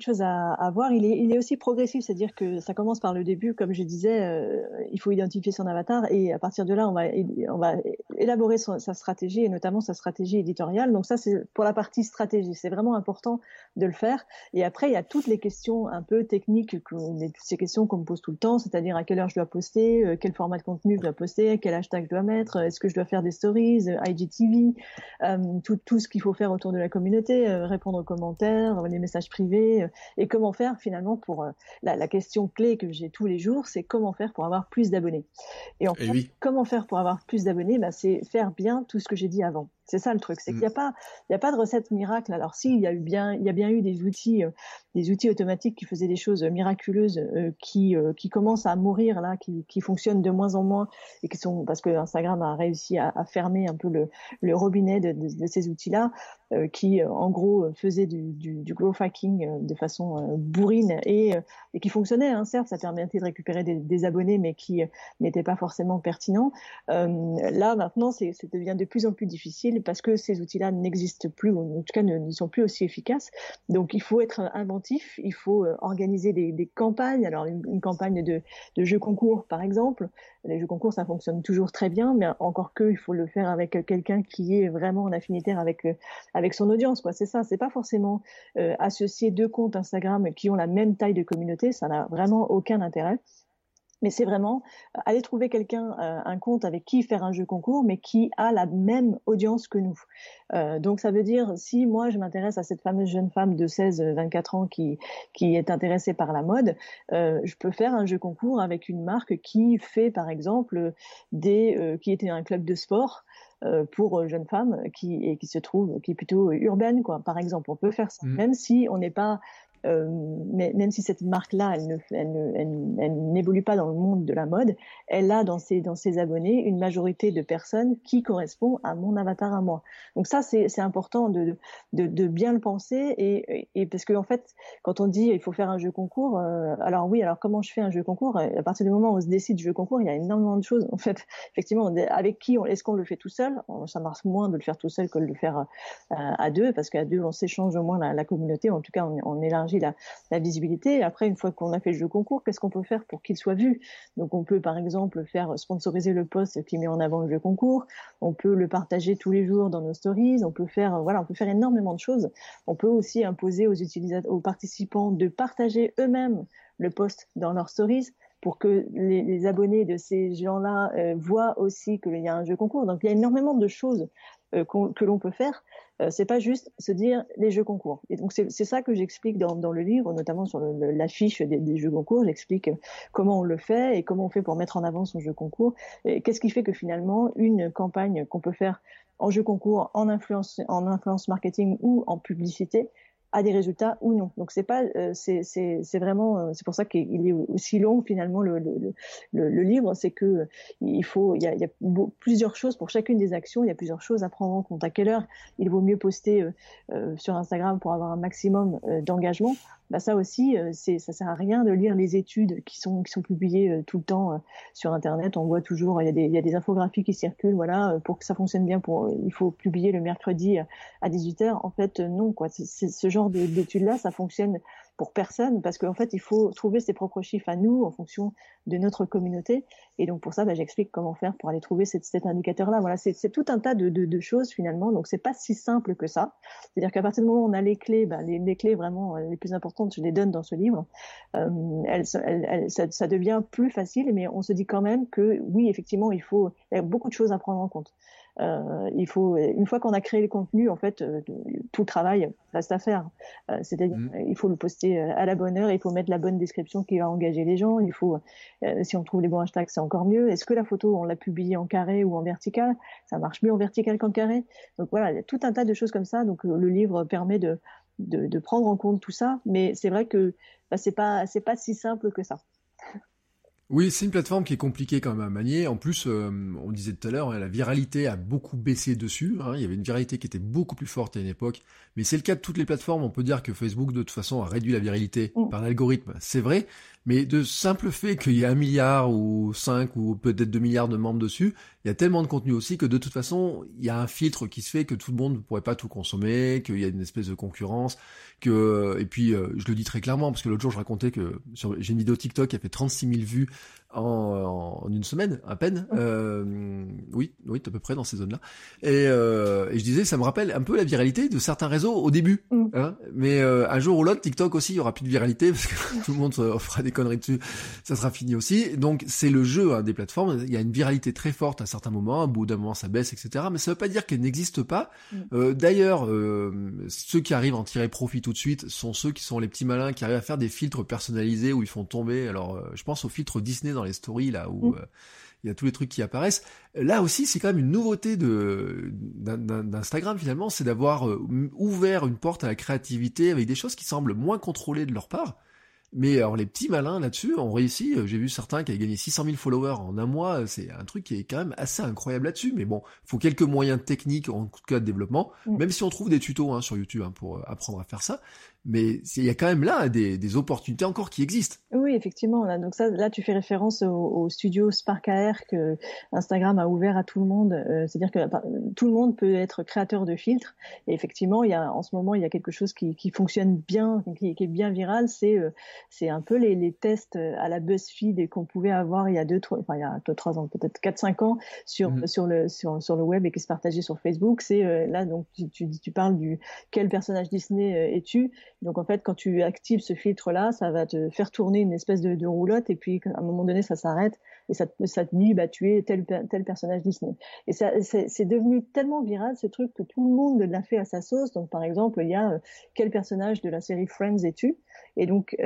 à voir. Il est aussi progressif, c'est-à-dire que ça commence par le début, comme je disais, il faut identifier son avatar et à partir de là, on va élaborer sa stratégie et notamment sa stratégie éditoriale. Donc ça, c'est pour la partie stratégie. C'est vraiment important de le faire. Et après, il y a toutes les questions un peu techniques, toutes ces questions qu'on me pose tout le temps, c'est-à-dire à quelle heure je dois poster, quel format de contenu je dois poster, quel hashtag je dois mettre, est-ce que je dois faire des stories, IGTV, tout ce qu'il faut faire autour de la communauté, répondre aux commentaires, les messages privés, et comment faire finalement pour la question clé que j'ai tous les jours, c'est comment faire pour avoir plus d'abonnés. Et en fait, comment faire pour avoir plus d'abonnés, c'est faire bien tout ce que j'ai dit avant. C'est ça le truc, c'est qu'il n'y a pas de recette miracle. Alors si, il y a bien eu des outils automatiques qui faisaient des choses miraculeuses, qui commencent à mourir là, qui fonctionnent de moins en moins et qui sont, parce que Instagram a réussi à fermer un peu le robinet de ces outils-là, qui en gros faisaient du growth hacking de façon bourrine et qui fonctionnait. Certes, ça permettait de récupérer des abonnés, mais qui n'étaient pas forcément pertinents. Là maintenant, ça devient de plus en plus difficile parce que ces outils-là n'existent plus, ou en tout cas ne sont plus aussi efficaces. Donc il faut être inventif, il faut organiser des campagnes. Alors une campagne de jeux concours par exemple. Les jeux concours, ça fonctionne toujours très bien, mais encore que il faut le faire avec quelqu'un qui est vraiment en affinité avec son audience, quoi. C'est ça, c'est pas forcément associer deux comptes Instagram qui ont la même taille de communauté, ça n'a vraiment aucun intérêt. Mais c'est vraiment aller trouver quelqu'un, un compte avec qui faire un jeu concours, mais qui a la même audience que nous. Donc ça veut dire, si moi je m'intéresse à cette fameuse jeune femme de 16-24 ans qui est intéressée par la mode, je peux faire un jeu concours avec une marque qui fait par exemple qui était un club de sport pour jeunes femmes qui est plutôt urbaine, quoi. Par exemple, on peut faire ça, même si on n'est pas mais même si cette marque-là, elle n'évolue pas dans le monde de la mode, elle a dans ses abonnés une majorité de personnes qui correspond à mon avatar à moi. Donc ça, c'est important de bien le penser et parce que en fait, quand on dit il faut faire un jeu concours, alors comment je fais un jeu concours? À partir du moment où on se décide jeu concours, il y a énormément de choses. En fait, effectivement, avec qui est-ce qu'on le fait tout seul? Ça marche moins de le faire tout seul que de le faire à deux, parce qu'à deux, on s'échange au moins la communauté. En tout cas, on élargit la visibilité. Et après, une fois qu'on a fait le jeu concours, qu'est-ce qu'on peut faire pour qu'il soit vu? Donc, on peut, par exemple, faire sponsoriser le post qui met en avant le jeu concours. On peut le partager tous les jours dans nos stories. On peut faire énormément de choses. On peut aussi imposer aux participants de partager eux-mêmes le post dans leurs stories pour que les abonnés de ces gens-là voient aussi qu'il y a un jeu concours. Donc, il y a énormément de choses que l'on peut faire. C'est pas juste se dire les jeux concours. Et donc c'est ça que j'explique dans le livre, notamment sur l'affiche des jeux concours. J'explique comment on le fait et comment on fait pour mettre en avant son jeu concours. Et qu'est-ce qui fait que finalement une campagne qu'on peut faire en jeu concours, en influence marketing ou en publicité a des résultats ou non. Donc c'est vraiment c'est pour ça qu'il est aussi long finalement le livre, c'est que il y a plusieurs choses pour chacune des actions, il y a plusieurs choses à prendre en compte. À quelle heure il vaut mieux poster sur Instagram pour avoir un maximum d'engagement? Ça aussi, ça sert à rien de lire les études qui sont publiées tout le temps sur Internet. On voit toujours, il y a des infographies qui circulent, voilà, pour que ça fonctionne bien, il faut publier le mercredi à 18h. En fait, non, quoi. C'est ce genre d'études-là, ça fonctionne pour personne, parce qu'en fait, il faut trouver ses propres chiffres à nous en fonction de notre communauté. Et donc, pour ça, j'explique comment faire pour aller trouver cet indicateur-là. Voilà, c'est tout un tas de choses, finalement. Donc, c'est pas si simple que ça. C'est-à-dire qu'à partir du moment où on a les clés, les clés vraiment les plus importantes, je les donne dans ce livre, ça devient plus facile, mais on se dit quand même que, oui, effectivement, il y a beaucoup de choses à prendre en compte. Il faut, une fois qu'on a créé le contenu, en fait, tout le travail reste à faire. C'est-à-dire, il faut le poster à la bonne heure, il faut mettre la bonne description qui va engager les gens. Il faut, si on trouve les bons hashtags, c'est encore mieux. Est-ce que la photo, on l'a publiée en carré ou en vertical? Ça marche mieux en vertical qu'en carré. Donc voilà, il y a tout un tas de choses comme ça. Donc le livre permet de prendre en compte tout ça, mais c'est vrai que c'est pas si simple que ça. Oui, c'est une plateforme qui est compliquée quand même à manier. En plus, on disait tout à l'heure, la viralité a beaucoup baissé dessus. Il y avait une viralité qui était beaucoup plus forte à une époque. Mais c'est le cas de toutes les plateformes. On peut dire que Facebook, de toute façon, a réduit la viralité par l'algorithme. C'est vrai. Mais de simple fait qu'il y a 1 milliard ou 5 ou peut-être 2 milliards de membres dessus, il y a tellement de contenu aussi que de toute façon, il y a un filtre qui se fait que tout le monde ne pourrait pas tout consommer, qu'il y a une espèce de concurrence, et puis je le dis très clairement parce que l'autre jour je racontais que j'ai une vidéo TikTok qui a fait 36 000 vues en une semaine à peine. Oui, à peu près dans ces zones-là. Et je disais, ça me rappelle un peu la viralité de certains réseaux au début. Mais un jour ou l'autre, TikTok aussi, il y aura plus de viralité parce que tout le monde fera des conneries dessus. Ça sera fini aussi. Donc c'est le jeu des plateformes. Il y a une viralité très forte à certains moments. Au bout d'un moment, ça baisse, etc. Mais ça veut pas dire qu'elle n'existe pas. D'ailleurs, ceux qui arrivent à en tirer profit tout de suite sont ceux qui sont les petits malins qui arrivent à faire des filtres personnalisés où ils font tomber. Alors, je pense au filtre Disney dans les stories là où il y a tous les trucs qui apparaissent. Là aussi, c'est quand même une nouveauté d'Instagram finalement, c'est d'avoir ouvert une porte à la créativité avec des choses qui semblent moins contrôlées de leur part. Mais alors les petits malins là-dessus ont réussi. J'ai vu certains qui avaient gagné 600 000 followers en un mois. C'est un truc qui est quand même assez incroyable là-dessus. Mais bon, il faut quelques moyens techniques, en tout cas de développement. Même si on trouve des tutos sur YouTube pour apprendre à faire ça. Mais il y a quand même là des opportunités encore qui existent. Oui, effectivement. Donc ça, là, tu fais référence au studio Spark AR que Instagram a ouvert à tout le monde. C'est-à-dire que tout le monde peut être créateur de filtres. Et effectivement, en ce moment, il y a quelque chose qui fonctionne bien, qui est bien viral. C'est un peu les tests à la BuzzFeed qu'on pouvait avoir il y a 3 ans, peut-être 4-5 ans sur le web et qui se partageait sur Facebook. C'est là, donc tu parles du quel personnage Disney es-tu? Donc en fait, quand tu actives ce filtre-là, ça va te faire tourner une espèce de roulotte et puis à un moment donné, ça s'arrête et ça te dit tu es tel personnage Disney. Et ça, c'est devenu tellement viral ce truc que tout le monde l'a fait à sa sauce. Donc par exemple, il y a quel personnage de la série Friends es-tu? Et donc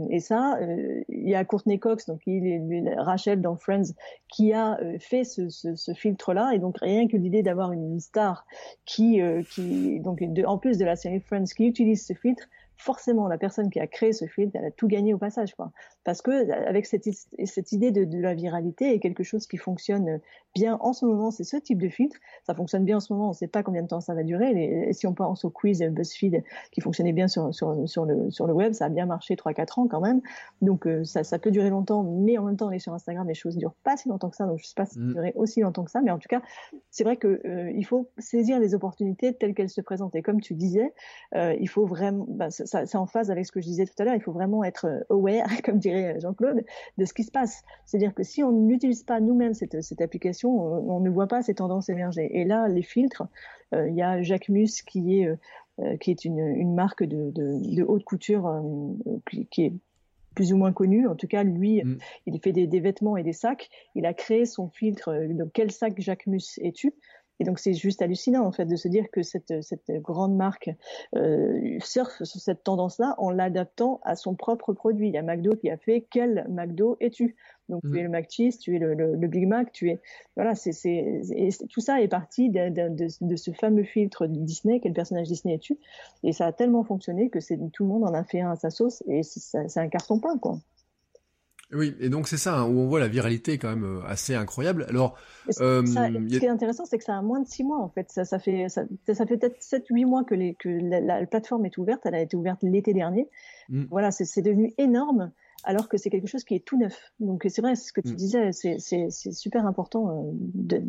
il y a Courtney Cox, donc Rachel dans Friends, qui a fait ce filtre-là. Et donc rien que l'idée d'avoir une star qui donc en plus de la série Friends qui utilise ce filtre, forcément la personne qui a créé ce filtre, elle a tout gagné au passage, quoi. Parce que avec cette idée de la viralité est quelque chose qui fonctionne bien en ce moment, c'est ce type de filtre. Ça fonctionne bien en ce moment, on ne sait pas combien de temps ça va durer. Et si on pense au quiz BuzzFeed qui fonctionnait bien sur le web, ça a bien marché 3-4 ans quand même. Donc ça peut durer longtemps, mais en même temps on est sur Instagram, les choses ne durent pas si longtemps que ça. Donc je ne sais pas si ça durerait aussi longtemps que ça, mais en tout cas c'est vrai que il faut saisir les opportunités telles qu'elles se présentent. Et comme tu disais, il faut vraiment, c'est en phase avec ce que je disais tout à l'heure, il faut vraiment être aware, comme dirait Jean-Claude, de ce qui se passe. C'est-à-dire que si on n'utilise pas nous-mêmes cette application, on ne voit pas ces tendances émerger. Et là, les filtres, il y a Jacquemus qui est une marque de haute couture qui est plus ou moins connu. En tout cas, lui, il fait des vêtements et des sacs. Il a créé son filtre. Donc, quel sac Jacquemus es-tu? Et donc c'est juste hallucinant en fait de se dire que cette grande marque surfe sur cette tendance-là en l'adaptant à son propre produit. Il y a McDo qui a fait quel McDo es-tu? Donc tu es le McCheese, tu es le Big Mac, tu es voilà, et tout ça est parti de ce fameux filtre Disney, quel personnage Disney es-tu? Et ça a tellement fonctionné que tout le monde en a fait un à sa sauce et c'est un carton plein, quoi. Oui, et donc c'est ça, où on voit la viralité quand même assez incroyable. Alors, ce qui est intéressant, c'est que ça a moins de 6 mois en fait. Ça fait peut-être 7-8 mois que la plateforme est ouverte. Elle a été ouverte l'été dernier. Voilà, c'est devenu énorme, alors que c'est quelque chose qui est tout neuf. Donc c'est vrai, ce que tu disais, c'est super important de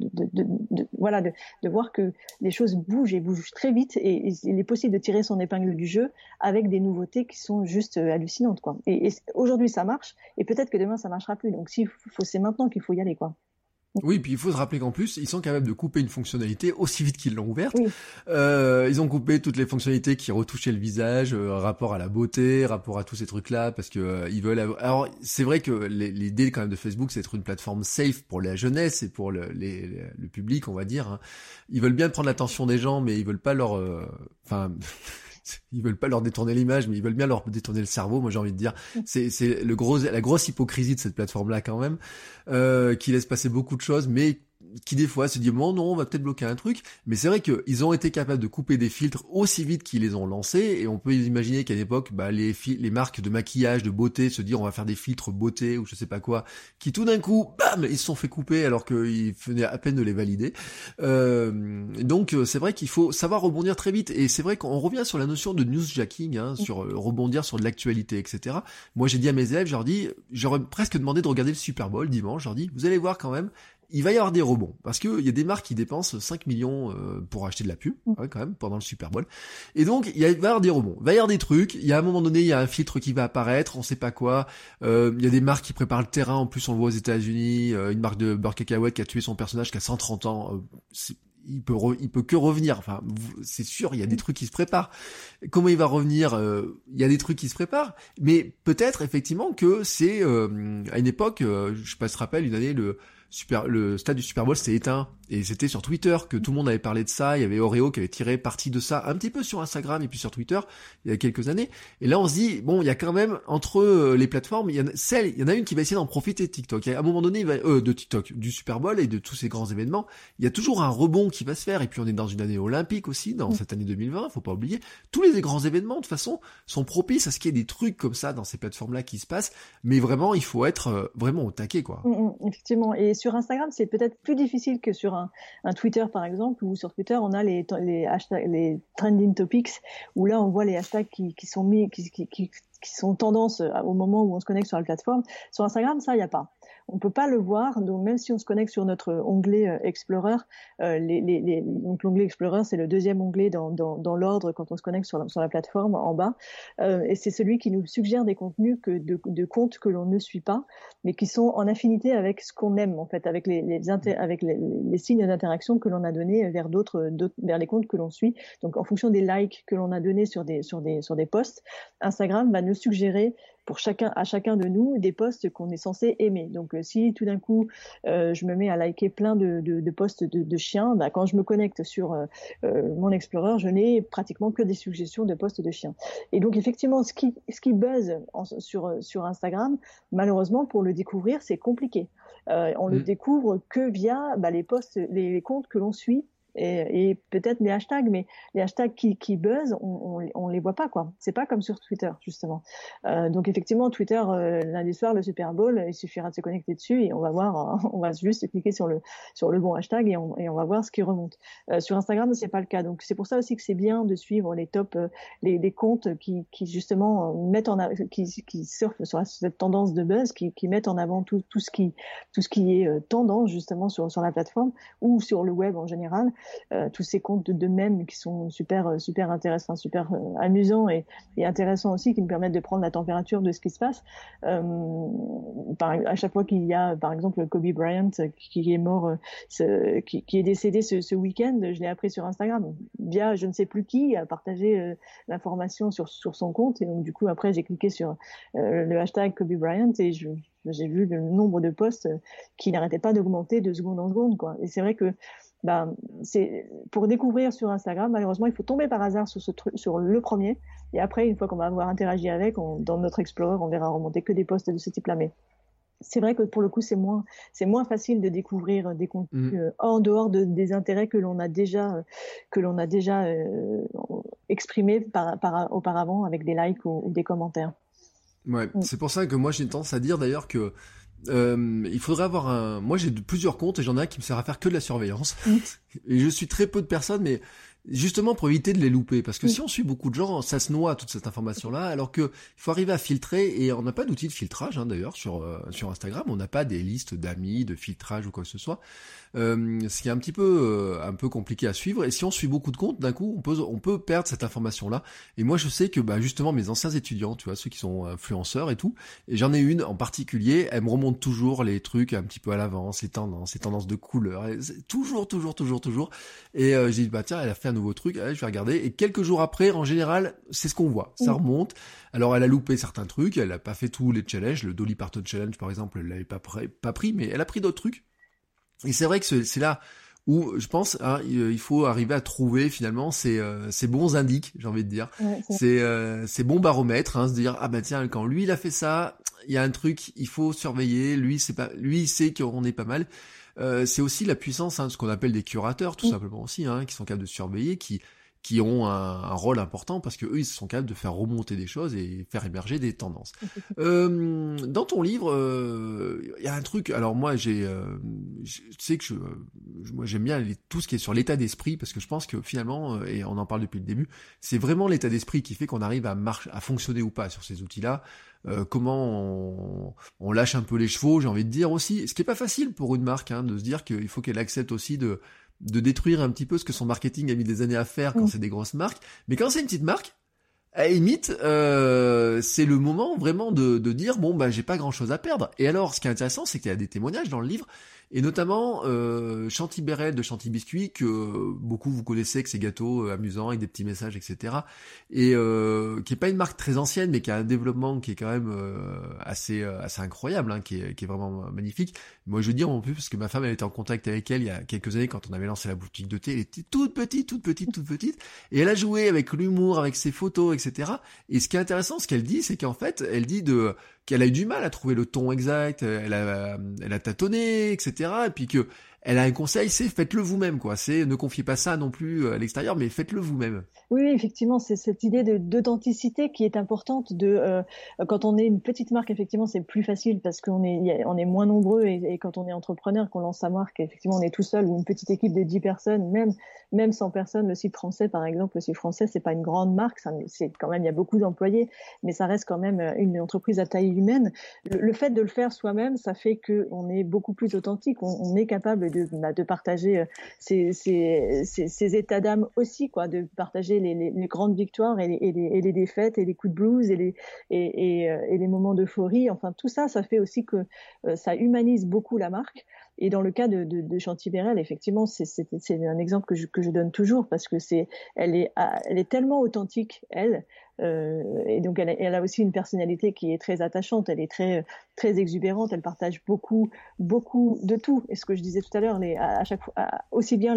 voir que les choses bougent et bougent très vite et il est possible de tirer son épingle du jeu avec des nouveautés qui sont juste hallucinantes, quoi. Et aujourd'hui ça marche et peut-être que demain ça marchera plus. Donc c'est maintenant qu'il faut y aller, quoi. Oui, puis il faut se rappeler qu'en plus, ils sont capables de couper une fonctionnalité aussi vite qu'ils l'ont ouverte. Oui. Ils ont coupé toutes les fonctionnalités qui retouchaient le visage, rapport à la beauté, rapport à tous ces trucs-là, parce que ils veulent avoir... Alors, c'est vrai que l'idée quand même de Facebook, c'est d'être une plateforme safe pour la jeunesse et pour le public, on va dire. Hein. Ils veulent bien prendre l'attention des gens, mais ils veulent pas leur... ils veulent pas leur détourner l'image, mais ils veulent bien leur détourner le cerveau. Moi, j'ai envie de dire, c'est la grosse hypocrisie de cette plateforme-là quand même, qui laisse passer beaucoup de choses, mais qui des fois se dit bon non, on va peut-être bloquer un truc. Mais c'est vrai qu'ils ont été capables de couper des filtres aussi vite qu'ils les ont lancés, et on peut imaginer qu'à l'époque, les marques de maquillage, de beauté, se dire on va faire des filtres beauté ou je sais pas quoi, qui tout d'un coup, bam, ils se sont fait couper alors qu'ils venaient à peine de les valider. Donc c'est vrai qu'il faut savoir rebondir très vite, et c'est vrai qu'on revient sur la notion de newsjacking, hein, sur rebondir sur de l'actualité, etc. Moi j'ai dit à mes élèves, j'aurais presque demandé de regarder le Super Bowl dimanche, je leur dis, vous allez voir quand même, il va y avoir des rebonds, parce que il y a des marques qui dépensent 5 millions pour acheter de la pub, quand même, pendant le Super Bowl. Et donc, il va y avoir des rebonds. Il va y avoir des trucs, il y a un moment donné, il y a un filtre qui va apparaître, on sait pas quoi. Il y a des marques qui préparent le terrain, en plus on le voit aux États-Unis, une marque de beurre cacahuète qui a tué son personnage qui a 130 ans. Il peut que revenir. Enfin, c'est sûr, il y a des trucs qui se préparent. Comment il va revenir? Il y a des trucs qui se préparent, mais peut-être effectivement que c'est à une époque, je sais pas si tu te rappelles, une année le stade du Super Bowl s'était éteint, et c'était sur Twitter que tout le monde avait parlé de ça. Il y avait Oreo qui avait tiré parti de ça un petit peu sur Instagram et puis sur Twitter il y a quelques années. Et là on se dit bon, il y a quand même entre les plateformes, il y en a une qui va essayer d'en profiter de TikTok. À un moment donné, de TikTok, du Super Bowl et de tous ces grands événements, il y a toujours un rebond qui va se faire. Et puis on est dans une année olympique aussi, dans cette année 2020, faut pas oublier. Tous les grands événements de toute façon sont propices à ce qu'il y ait des trucs comme ça dans ces plateformes-là qui se passent. Mais vraiment, il faut être vraiment au taquet, quoi. Effectivement. Et sur Instagram, c'est peut-être plus difficile que sur un Twitter, par exemple, où sur Twitter, on a les hashtags, les trending topics, où là, on voit les hashtags qui sont mis, qui sont tendance au moment où on se connecte sur la plateforme. Sur Instagram, ça, il n'y a pas. On peut pas le voir, donc même si on se connecte sur notre onglet Explorer, donc l'onglet Explorer, c'est le deuxième onglet dans l'ordre quand on se connecte sur la plateforme en bas, et c'est celui qui nous suggère des contenus de comptes que l'on ne suit pas, mais qui sont en affinité avec ce qu'on aime en fait, avec les signes d'interaction que l'on a donnés vers vers les comptes que l'on suit. Donc en fonction des likes que l'on a donnés sur des posts, Instagram va nous suggérer à chacun de nous des posts qu'on est censé aimer. Donc si tout d'un coup je me mets à liker plein de posts de chiens, quand je me connecte sur mon Explorer, je n'ai pratiquement que des suggestions de posts de chiens. Et donc effectivement, ce qui buzz sur Instagram, malheureusement pour le découvrir, c'est compliqué. On le découvre que via les posts, les comptes que l'on suit. Et peut-être les hashtags, mais les hashtags qui buzzent, on les voit pas, quoi. C'est pas comme sur Twitter, justement. Donc effectivement, Twitter, lundi soir, le Super Bowl, il suffira de se connecter dessus et on va voir, on va juste cliquer sur le bon hashtag et on va voir ce qui remonte. Sur Instagram, c'est pas le cas. Donc c'est pour ça aussi que c'est bien de suivre les top, les comptes qui justement mettent qui surfent sur cette tendance de buzz, qui mettent en avant tout ce qui est tendance justement sur la plateforme ou sur le web en général. Tous ces comptes de mèmes qui sont super intéressants, super amusants et intéressants aussi, qui me permettent de prendre la température de ce qui se passe. À chaque fois qu'il y a, par exemple, Kobe Bryant qui est mort, qui est décédé ce week-end, je l'ai appris sur Instagram via je ne sais plus qui a partagé l'information sur son compte, et donc du coup après j'ai cliqué sur le hashtag Kobe Bryant et j'ai vu le nombre de posts qui n'arrêtait pas d'augmenter de seconde en seconde, quoi. Et c'est vrai que c'est pour découvrir sur Instagram, malheureusement, il faut tomber par hasard sur le premier, et après, une fois qu'on va avoir interagi avec, dans notre Explorer, on verra remonter que des posts de ce type-là. Mais c'est vrai que pour le coup, c'est moins facile de découvrir des contenus en dehors des intérêts que l'on a déjà exprimés auparavant avec des likes ou des commentaires. Ouais, c'est pour ça que moi j'ai tendance à dire d'ailleurs que il faudrait avoir moi j'ai plusieurs comptes et j'en ai un qui me sert à faire que de la surveillance. Et je suis très peu de personnes, mais justement pour éviter de les louper, parce que si on suit beaucoup de gens, ça se noie toute cette information-là, alors que il faut arriver à filtrer, et on n'a pas d'outil de filtrage, hein, d'ailleurs, sur Instagram, on n'a pas des listes d'amis, de filtrage ou quoi que ce soit, ce qui est un peu compliqué à suivre, et si on suit beaucoup de comptes, d'un coup, on peut perdre cette information-là, et moi je sais que, justement, mes anciens étudiants, tu vois, ceux qui sont influenceurs et tout, et j'en ai une en particulier, elle me remonte toujours les trucs un petit peu à l'avance, les tendances de couleurs, et toujours, et je dis, tiens, elle a fait un nouveau truc, allez, je vais regarder, et quelques jours après, en général, c'est ce qu'on voit, ça remonte. Alors elle a loupé certains trucs, elle a pas fait tous les challenges, le Dolly Parton Challenge par exemple, elle l'avait pas pris, mais elle a pris d'autres trucs. Et c'est vrai que c'est là où je pense, il faut arriver à trouver finalement ces bons indices, j'ai envie de dire, ces bons baromètres, se dire tiens, quand lui il a fait ça, il y a un truc, il faut surveiller, lui il sait qu'on est pas mal. C'est aussi la puissance, ce qu'on appelle des curateurs, tout simplement aussi, qui sont capables de surveiller, qui ont un rôle important parce que eux ils sont capables de faire remonter des choses et faire émerger des tendances. Dans ton livre, il y a un truc. Alors moi je sais que moi j'aime bien tout ce qui est sur l'état d'esprit parce que je pense que finalement, et on en parle depuis le début, c'est vraiment l'état d'esprit qui fait qu'on arrive à fonctionner ou pas sur ces outils-là. Comment on lâche un peu les chevaux, j'ai envie de dire aussi, ce qui est pas facile pour une marque, de se dire qu'il faut qu'elle accepte aussi de détruire un petit peu ce que son marketing a mis des années à faire quand c'est des grosses marques, mais quand c'est une petite marque, à la limite, c'est le moment vraiment de dire j'ai pas grand chose à perdre. Et alors, ce qui est intéressant, c'est qu'il y a des témoignages dans le livre, et notamment Chanty Bérel de Chanty Biscuit, que beaucoup vous connaissez, que ces gâteaux amusants avec des petits messages, etc. Et qui est pas une marque très ancienne, mais qui a un développement qui est quand même assez incroyable, qui est vraiment magnifique. Moi, je veux dire en plus parce que ma femme elle était en contact avec elle il y a quelques années quand on avait lancé la boutique de thé. Elle était toute petite, et elle a joué avec l'humour, avec ses photos, etc. Et ce qui est intéressant, ce qu'elle dit, c'est qu'en fait, elle dit qu'elle a eu du mal à trouver le ton exact, elle a tâtonné, etc. Et puis que elle a un conseil, c'est faites-le vous-même, quoi. C'est ne confiez pas ça non plus à l'extérieur, mais faites-le vous-même. Oui, effectivement, c'est cette idée d'authenticité qui est importante. Quand on est une petite marque, effectivement, c'est plus facile parce qu'on est moins nombreux et quand on est entrepreneur, qu'on lance sa marque, effectivement, on est tout seul ou une petite équipe de 10 personnes, même 100 personnes. Le site français, par exemple, c'est pas une grande marque, c'est quand même, il y a beaucoup d'employés, mais ça reste quand même une entreprise à taille humaine. Le fait de le faire soi-même, ça fait que on est beaucoup plus authentique. On est capable de partager ces états d'âme aussi, quoi, de partager les grandes victoires et les défaites et les coups de blues et les moments d'euphorie. Enfin, tout ça, ça fait aussi que ça humanise beaucoup la marque. Et dans le cas de Chanty Bérel, effectivement, c'est un exemple que je donne toujours parce que elle est tellement authentique, elle. Et donc elle a aussi une personnalité qui est très attachante, elle est très très exubérante, elle partage beaucoup de tout. Et ce que je disais tout à l'heure, à chaque fois, aussi bien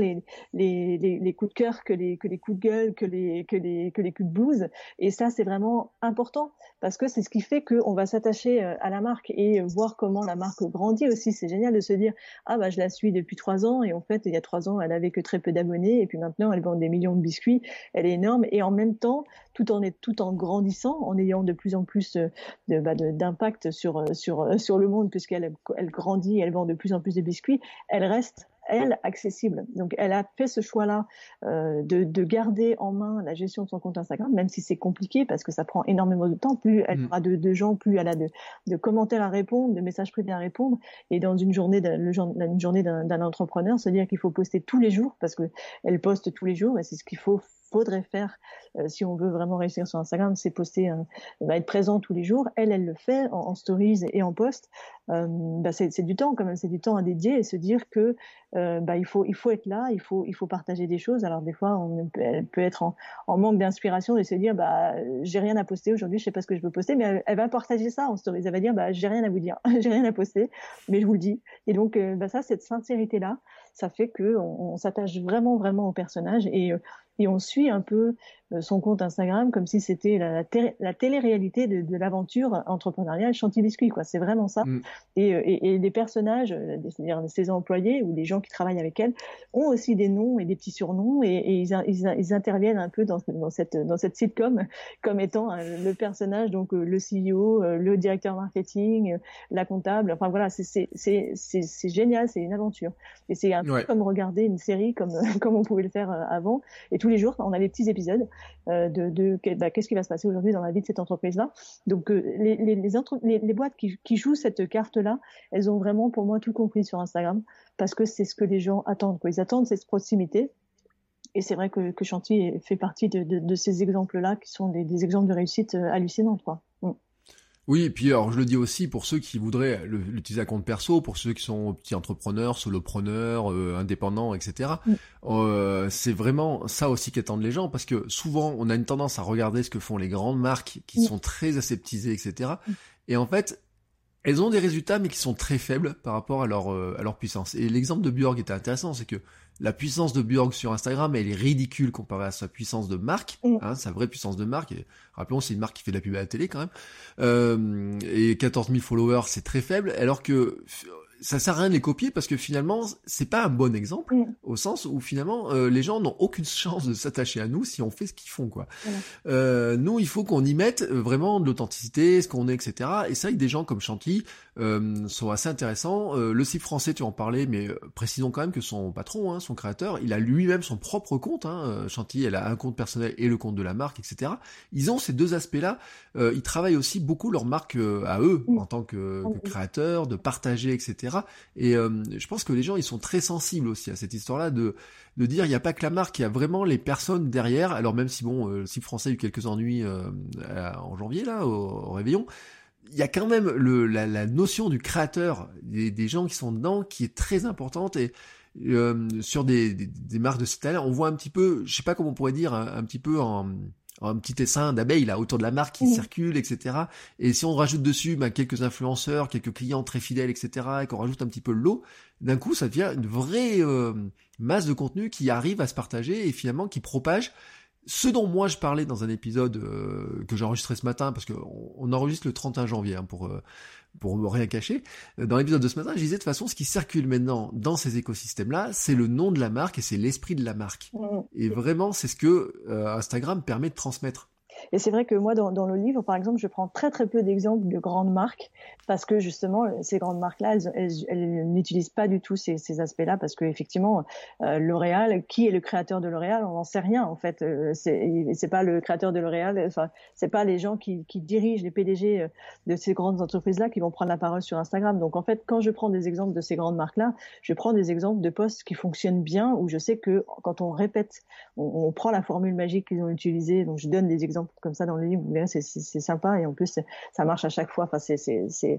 les coups de cœur que les coups de gueule, que les coups de blues. Et ça, c'est vraiment important parce que c'est ce qui fait qu'on va s'attacher à la marque et voir comment la marque grandit aussi. C'est génial de se dire je la suis depuis 3 ans et en fait il y a 3 ans elle avait que très peu d'abonnés et puis maintenant elle vend des millions de biscuits, elle est énorme et en même temps tout en grandissant, en ayant de plus en plus d'impact sur le monde puisqu'elle grandit, elle vend de plus en plus de biscuits, elle reste accessible. Donc elle a fait ce choix-là de garder en main la gestion de son compte Instagram, même si c'est compliqué parce que ça prend énormément de temps. Plus elle aura de gens, plus elle a de commentaires à répondre, de messages privés à répondre. Et dans une journée d'un entrepreneur, c'est-à-dire qu'il faut poster tous les jours parce que elle poste tous les jours et c'est ce qu'il faudrait faire si on veut vraiment réussir sur Instagram, c'est poster, être présent tous les jours. Elle le fait en stories et en post. C'est du temps quand même, c'est du temps à dédier et se dire que il faut être là, il faut partager des choses. Alors des fois, elle peut être en manque d'inspiration et se dire j'ai rien à poster aujourd'hui, je sais pas ce que je veux poster, mais elle va partager ça en stories. Elle va dire j'ai rien à vous dire, j'ai rien à poster, mais je vous le dis. Et donc ça, cette sincérité là, ça fait que on s'attache vraiment au personnage et on suit un peu son compte Instagram comme si c'était la télé-réalité de l'aventure entrepreneuriale Chanty Biscuit, quoi. C'est vraiment ça. Et les personnages, c'est-à-dire ses employés ou les gens qui travaillent avec elle, ont aussi des noms et des petits surnoms et ils interviennent un peu dans cette sitcom comme étant le personnage, donc le CEO, le directeur marketing, la comptable. Enfin voilà, c'est génial, c'est une aventure. Et c'est un peu comme regarder une série comme on pouvait le faire avant. Et tous les jours, on a des petits épisodes qu'est-ce qui va se passer aujourd'hui dans la vie de cette entreprise-là. Donc, les boîtes qui jouent cette carte-là, elles ont vraiment, pour moi, tout compris sur Instagram, parce que c'est ce que les gens attendent, quoi. Ils attendent cette proximité. Et c'est vrai que Chanty fait partie de ces exemples-là, qui sont des exemples de réussite hallucinantes, quoi. Oui, et puis alors je le dis aussi pour ceux qui voudraient l'utiliser à compte perso, pour ceux qui sont petits entrepreneurs, solopreneurs, indépendants, etc. C'est vraiment ça aussi qu'attendent les gens, parce que souvent on a une tendance à regarder ce que font les grandes marques qui sont très aseptisées, etc. Et en fait, elles ont des résultats mais qui sont très faibles par rapport à leur puissance. Et l'exemple de Björk était intéressant, c'est que la puissance de Björk sur Instagram, elle est ridicule comparée à sa puissance de marque, sa vraie puissance de marque. Et, rappelons, c'est une marque qui fait de la pub à la télé quand même. Et 14 000 followers, c'est très faible, alors que ça sert à rien de les copier, parce que finalement, c'est pas un bon exemple, au sens où finalement, les gens n'ont aucune chance de s'attacher à nous si on fait ce qu'ils font, quoi. Nous, il faut qu'on y mette vraiment de l'authenticité, ce qu'on est, etc. Et c'est vrai que des gens comme Chanty sont assez intéressants. Le site français, tu en parlais, mais précisons quand même que son patron, son créateur, il a lui-même son propre compte. Chanty, elle a un compte personnel et le compte de la marque, etc. Ils ont ces deux aspects-là. Ils travaillent aussi beaucoup leur marque à eux, en tant que créateurs, de partager, etc. Et je pense que les gens, ils sont très sensibles aussi à cette histoire-là de dire, il n'y a pas que la marque, il y a vraiment les personnes derrière. Alors même si le site français a eu quelques ennuis en janvier, là, au réveillon, il y a quand même la notion du créateur, des gens qui sont dedans, qui est très importante. Et sur des marques de ce style, on voit un petit peu, je sais pas comment on pourrait dire, un petit peu un petit essaim d'abeilles là autour de la marque qui circule, etc. Et si on rajoute dessus quelques influenceurs, quelques clients très fidèles, etc., et qu'on rajoute un petit peu le lot, d'un coup ça devient une vraie masse de contenu qui arrive à se partager et finalement qui propage ce dont moi je parlais dans un épisode que j'ai enregistré ce matin, parce que on enregistre le 31 janvier pour rien cacher. Dans l'épisode de ce matin, je disais de toute façon, ce qui circule maintenant dans ces écosystèmes-là, c'est le nom de la marque et c'est l'esprit de la marque. Et vraiment, c'est ce que Instagram permet de transmettre. Et c'est vrai que moi, dans le livre, par exemple, je prends très très peu d'exemples de grandes marques, parce que justement, ces grandes marques-là, elles n'utilisent pas du tout ces aspects-là, parce que effectivement, L'Oréal, qui est le créateur de L'Oréal, on n'en sait rien en fait. C'est pas le créateur de L'Oréal, enfin, c'est pas les gens qui dirigent les PDG de ces grandes entreprises-là qui vont prendre la parole sur Instagram. Donc en fait, quand je prends des exemples de ces grandes marques-là, je prends des exemples de posts qui fonctionnent bien, où je sais que quand on répète, on prend la formule magique qu'ils ont utilisée. Donc je donne des exemples comme ça dans le livre, vous verrez, c'est sympa, et en plus ça marche à chaque fois. Enfin, c'est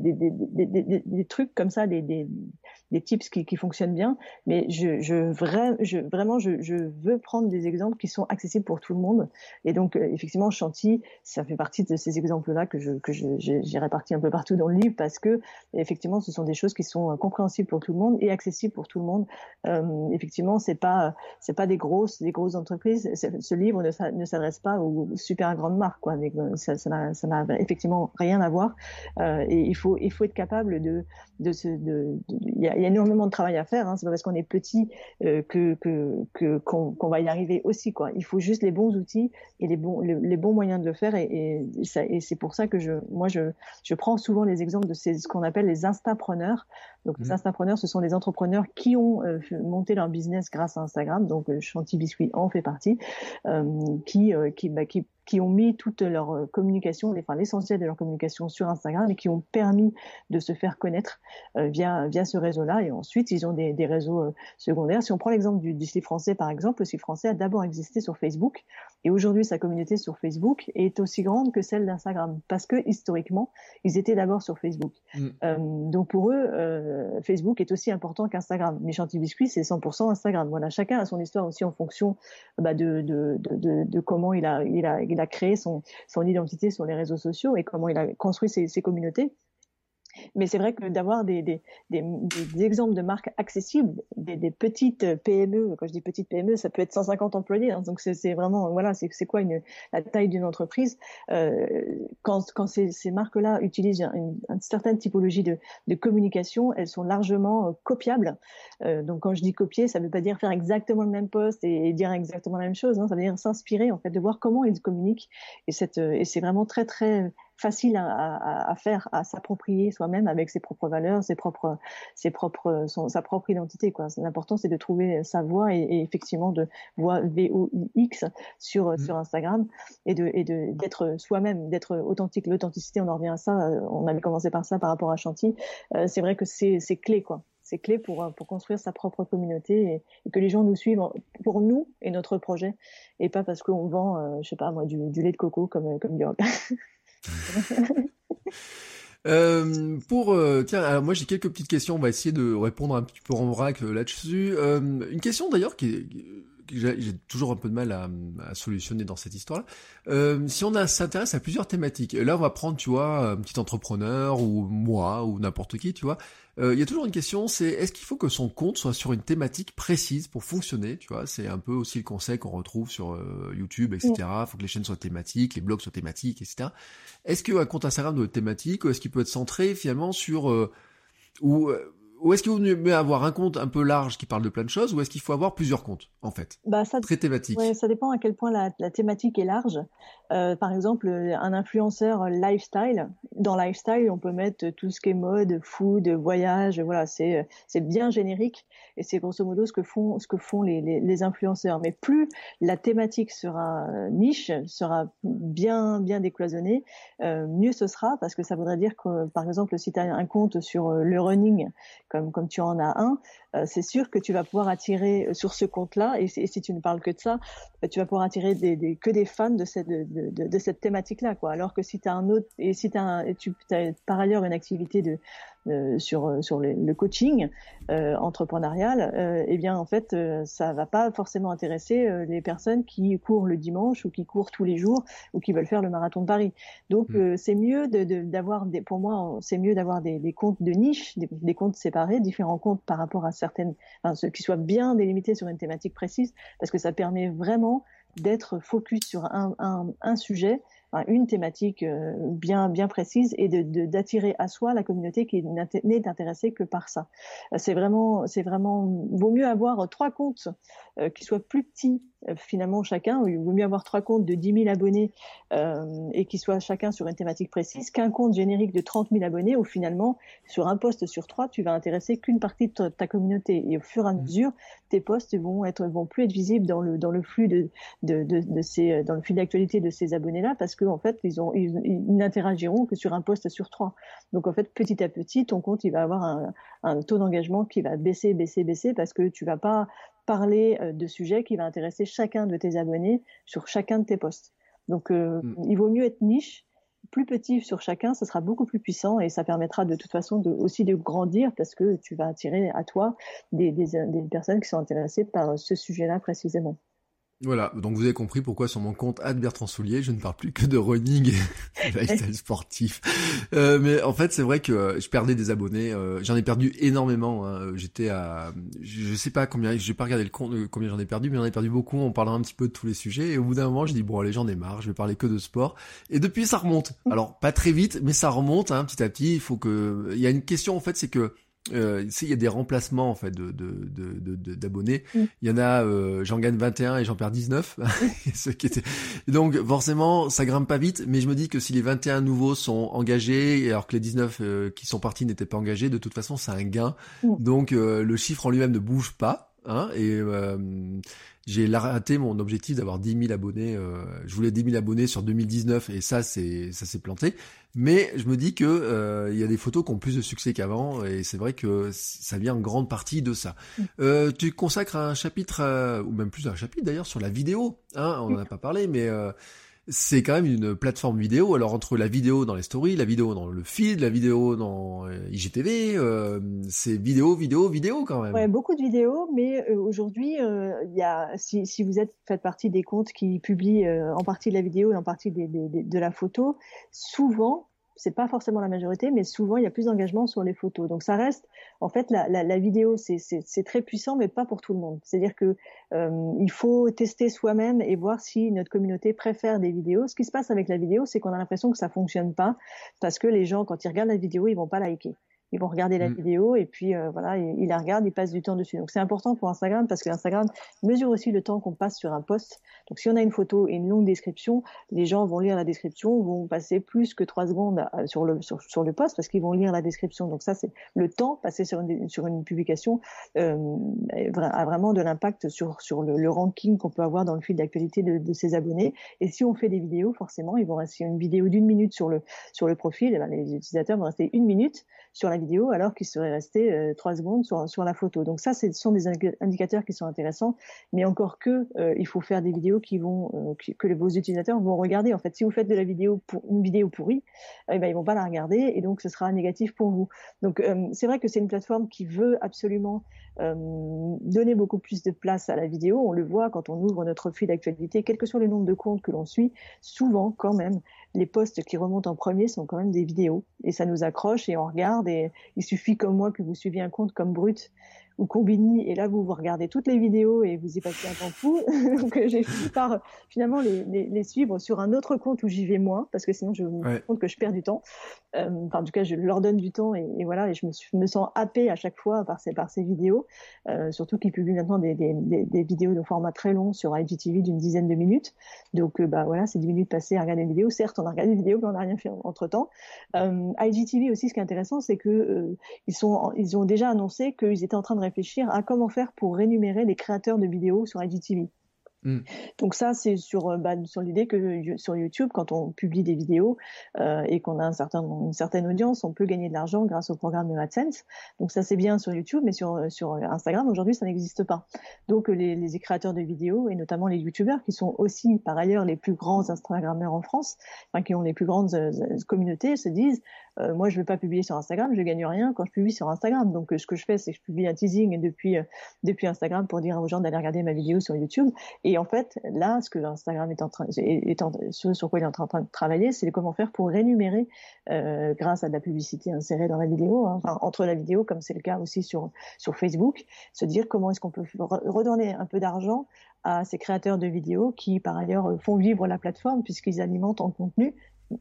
des trucs comme ça, des tips qui fonctionnent bien. Mais vraiment je veux prendre des exemples qui sont accessibles pour tout le monde. Et donc effectivement, Chanty, ça fait partie de ces exemples-là que j'ai répartis un peu partout dans le livre, parce que effectivement, ce sont des choses qui sont compréhensibles pour tout le monde et accessibles pour tout le monde. Effectivement, c'est pas des grosses entreprises. Ce livre ne s'adresse pas aux super grande marque, quoi. Ça n'a effectivement rien à voir. Et il faut être capable il y a énormément de travail à faire. C'est pas parce qu'on est petit qu'on va y arriver aussi, quoi. Il faut juste les bons outils et les bons moyens de le faire. Et c'est pour ça que je prends souvent les exemples de ce qu'on appelle les instapreneurs. Donc les instapreneurs, ce sont des entrepreneurs qui ont monté leur business grâce à Instagram. Donc Chanty Biscuit en fait partie, qui ont mis toute leur communication, l'essentiel de leur communication sur Instagram, et qui ont permis de se faire connaître via ce réseau-là. Et ensuite, ils ont des réseaux secondaires. Si on prend l'exemple du slip français, par exemple, le slip français a d'abord existé sur Facebook, et aujourd'hui, sa communauté sur Facebook est aussi grande que celle d'Instagram, parce que historiquement, ils étaient d'abord sur Facebook. Donc pour eux, Facebook est aussi important qu'Instagram. Mais Chanty Biscuit, c'est 100% Instagram. Voilà, chacun a son histoire aussi en fonction de comment il a créé son identité sur les réseaux sociaux et comment il a construit ses communautés. Mais c'est vrai que d'avoir des exemples de marques accessibles, des petites PME, quand je dis petites PME, ça peut être 150 employés, donc c'est vraiment, voilà, c'est quoi la taille d'une entreprise. Quand ces marques-là utilisent une certaine typologie de communication, elles sont largement copiables. Donc quand je dis copier, ça veut pas dire faire exactement le même post et dire exactement la même chose, ça veut dire s'inspirer, en fait, de voir comment ils communiquent, et c'est vraiment très très facile à faire, à s'approprier soi-même avec ses propres valeurs, sa propre identité, quoi. L'important, c'est de trouver sa voie et effectivement de voix VOIX sur Instagram et d'être soi-même, d'être authentique. L'authenticité, on en revient à ça. On avait commencé par ça par rapport à Chanty. C'est vrai que c'est clé, quoi. C'est clé pour construire sa propre communauté et que les gens nous suivent pour nous et notre projet et pas parce qu'on vend, je sais pas moi, du lait de coco comme Björk. Tiens, alors moi j'ai quelques petites questions, on va essayer de répondre un petit peu en vrac là-dessus. Une question d'ailleurs que j'ai toujours un peu de mal à solutionner dans cette histoire-là. Si on s'intéresse à plusieurs thématiques, là on va prendre, tu vois, un petit entrepreneur ou moi ou n'importe qui, tu vois. Il y a toujours une question, c'est est-ce qu'il faut que son compte soit sur une thématique précise pour fonctionner, tu vois. C'est un peu aussi le conseil qu'on retrouve sur YouTube, etc. Faut que les chaînes soient thématiques, les blogs soient thématiques, etc. Est-ce qu'un compte Instagram doit être thématique ou est-ce qu'il peut être centré finalement sur ou est-ce qu'il vaut mieux avoir un compte un peu large qui parle de plein de choses ou est-ce qu'il faut avoir plusieurs comptes, en fait, très thématique? Ouais, ça dépend à quel point la thématique est large. Par exemple, un influenceur lifestyle. Dans lifestyle, on peut mettre tout ce qui est mode, food, voyage. Voilà, c'est bien générique et c'est grosso modo ce que font les influenceurs. Mais plus la thématique sera niche, sera bien décloisonnée, mieux ce sera parce que ça voudrait dire que, par exemple, si tu as un compte sur le running, comme tu en as un, c'est sûr que tu vas pouvoir attirer sur ce compte-là, et si tu ne parles que de ça, tu vas pouvoir attirer que des fans de cette thématique-là, quoi. Alors que si tu as un autre, et si tu as par ailleurs une activité sur le coaching entrepreneurial, eh bien en fait ça va pas forcément intéresser les personnes qui courent le dimanche ou qui courent tous les jours ou qui veulent faire le marathon de Paris. Donc c'est mieux d'avoir pour moi c'est mieux d'avoir des comptes de niche, des comptes séparés, différents comptes par rapport à ceux qui soient bien délimités sur une thématique précise, parce que ça permet vraiment d'être focus sur un sujet, une thématique bien précise et d'attirer à soi la communauté qui n'est intéressée que par ça. C'est vraiment vaut mieux avoir 3 comptes qui soient plus petits finalement chacun. Il vaut mieux avoir 3 comptes de 10 000 abonnés et qui soient chacun sur une thématique précise qu'un compte générique de 30 000 abonnés où finalement sur un post sur 3 tu vas intéresser qu'une partie de ta communauté et au fur et à mesure tes posts vont plus être visibles dans le flux dans le fil d'actualité de ces abonnés-là parce que en fait ils n'interagiront que sur un post sur 3. Donc en fait petit à petit ton compte il va avoir un taux d'engagement qui va baisser parce que tu vas pas parler de sujets qui va intéresser chacun de tes abonnés sur chacun de tes posts. Donc il vaut mieux être niche, plus petit sur chacun, ça sera beaucoup plus puissant et ça permettra de toute façon aussi de grandir parce que tu vas attirer à toi des personnes qui sont intéressées par ce sujet-là précisément. Voilà, donc vous avez compris pourquoi sur mon compte @BertrandSoulier, je ne parle plus que de running et lifestyle sportif. Mais en fait, c'est vrai que je perdais des abonnés. J'en ai perdu énormément. Hein. J'étais à, je sais pas combien, j'ai pas regardé le compte combien j'en ai perdu, mais j'en ai perdu beaucoup en parlant un petit peu de tous les sujets. Et au bout d'un moment, j'ai dit bon allez, j'en ai marre, je vais parler que de sport. Et depuis, ça remonte. Alors pas très vite, mais ça remonte hein, petit à petit. Il faut que, il y a une question en fait, c'est que il y a des remplacements en fait d'abonnés. Il y en a, j'en gagne 21 et j'en perds 19. Donc forcément, ça grimpe pas vite. Mais je me dis que si les 21 nouveaux sont engagés, alors que les 19 qui sont partis n'étaient pas engagés, de toute façon, c'est un gain. Donc le chiffre en lui-même ne bouge pas. Hein, et j'ai raté mon objectif d'avoir 10 000 abonnés. Je voulais 10 000 abonnés sur 2019 et ça s'est planté. Mais je me dis que il y a des photos qui ont plus de succès qu'avant et c'est vrai que ça vient en grande partie de ça. Tu consacres un chapitre ou même plus d'un chapitre d'ailleurs sur la vidéo. Hein, on en a pas parlé, mais c'est quand même une plateforme vidéo. Alors entre la vidéo dans les stories, la vidéo dans le feed, la vidéo dans IGTV, c'est vidéo quand même. Ouais, beaucoup de vidéos, mais aujourd'hui, il y a si vous faites partie des comptes qui publient en partie de la vidéo et en partie de la photo, souvent c'est pas forcément la majorité, mais souvent il y a plus d'engagement sur les photos. Donc ça reste, en fait, la vidéo c'est très puissant, mais pas pour tout le monde. C'est-à-dire que il faut tester soi-même et voir si notre communauté préfère des vidéos. Ce qui se passe avec la vidéo, c'est qu'on a l'impression que ça fonctionne pas parce que les gens, quand ils regardent la vidéo, ils vont pas liker. ils vont regarder la vidéo et puis voilà, ils la regardent, ils passent du temps dessus. Donc c'est important pour Instagram parce que Instagram mesure aussi le temps qu'on passe sur un post. Donc si on a une photo et une longue description, les gens vont lire la description, vont passer plus que 3 secondes sur le post parce qu'ils vont lire la description. Donc ça, c'est le temps passé sur une publication a vraiment de l'impact sur le ranking qu'on peut avoir dans le fil d'actualité de ses abonnés. Et si on fait des vidéos, forcément, ils vont rester une vidéo d'1 minute sur le profil, et ben, les utilisateurs vont rester 1 minute sur la vidéo alors qu'ils seraient restés 3 secondes sur la photo. Donc ça, ce sont des indicateurs qui sont intéressants, mais encore il faut faire des vidéos que vos utilisateurs vont regarder. En fait, si vous faites une vidéo pourrie, ben, ils vont pas la regarder et donc ce sera négatif pour vous. Donc c'est vrai que c'est une plateforme qui veut absolument donner beaucoup plus de place à la vidéo. On le voit quand on ouvre notre fil d'actualité, quel que soit le nombre de comptes que l'on suit, souvent quand même les posts qui remontent en premier sont quand même des vidéos et ça nous accroche et on regarde et il suffit comme moi que vous suiviez un compte comme Brut ou Combini et là vous regardez toutes les vidéos et vous y passez un temps fou. Donc j'ai fini par finalement les suivre sur un autre compte où j'y vais moins parce que sinon je me rends compte que je perds du temps. En tout cas je leur donne du temps et voilà, et je me sens happée à chaque fois par ces vidéos, surtout qu'ils publient maintenant des vidéos de format très long sur IGTV d'une dizaine de minutes. Donc bah voilà, c'est 10 minutes passées à regarder une vidéo. Certes, on a regardé une vidéo mais on n'a rien fait entre temps. IGTV aussi, ce qui est intéressant, c'est que ils ont déjà annoncé qu'ils étaient en train de réfléchir à comment faire pour rémunérer les créateurs de vidéos sur IGTV. Donc ça, c'est sur l'idée que sur YouTube, quand on publie des vidéos et qu'on a une certaine audience, on peut gagner de l'argent grâce au programme de AdSense. Donc ça, c'est bien sur YouTube, mais sur Instagram, aujourd'hui, ça n'existe pas. Donc les créateurs de vidéos, et notamment les YouTubeurs, qui sont aussi, par ailleurs, les plus grands Instagrammeurs en France, qui ont les plus grandes communautés, se disent moi, je ne vais pas publier sur Instagram, je gagne rien quand je publie sur Instagram. Donc ce que je fais, c'est que je publie un teasing depuis Instagram pour dire aux gens d'aller regarder ma vidéo sur YouTube. Et en fait, là, ce que Instagram sur quoi il est en train de travailler, c'est comment faire pour rémunérer grâce à de la publicité insérée dans la vidéo, entre la vidéo, comme c'est le cas aussi sur Facebook, se dire comment est-ce qu'on peut redonner un peu d'argent à ces créateurs de vidéos qui, par ailleurs, font vivre la plateforme puisqu'ils alimentent en contenu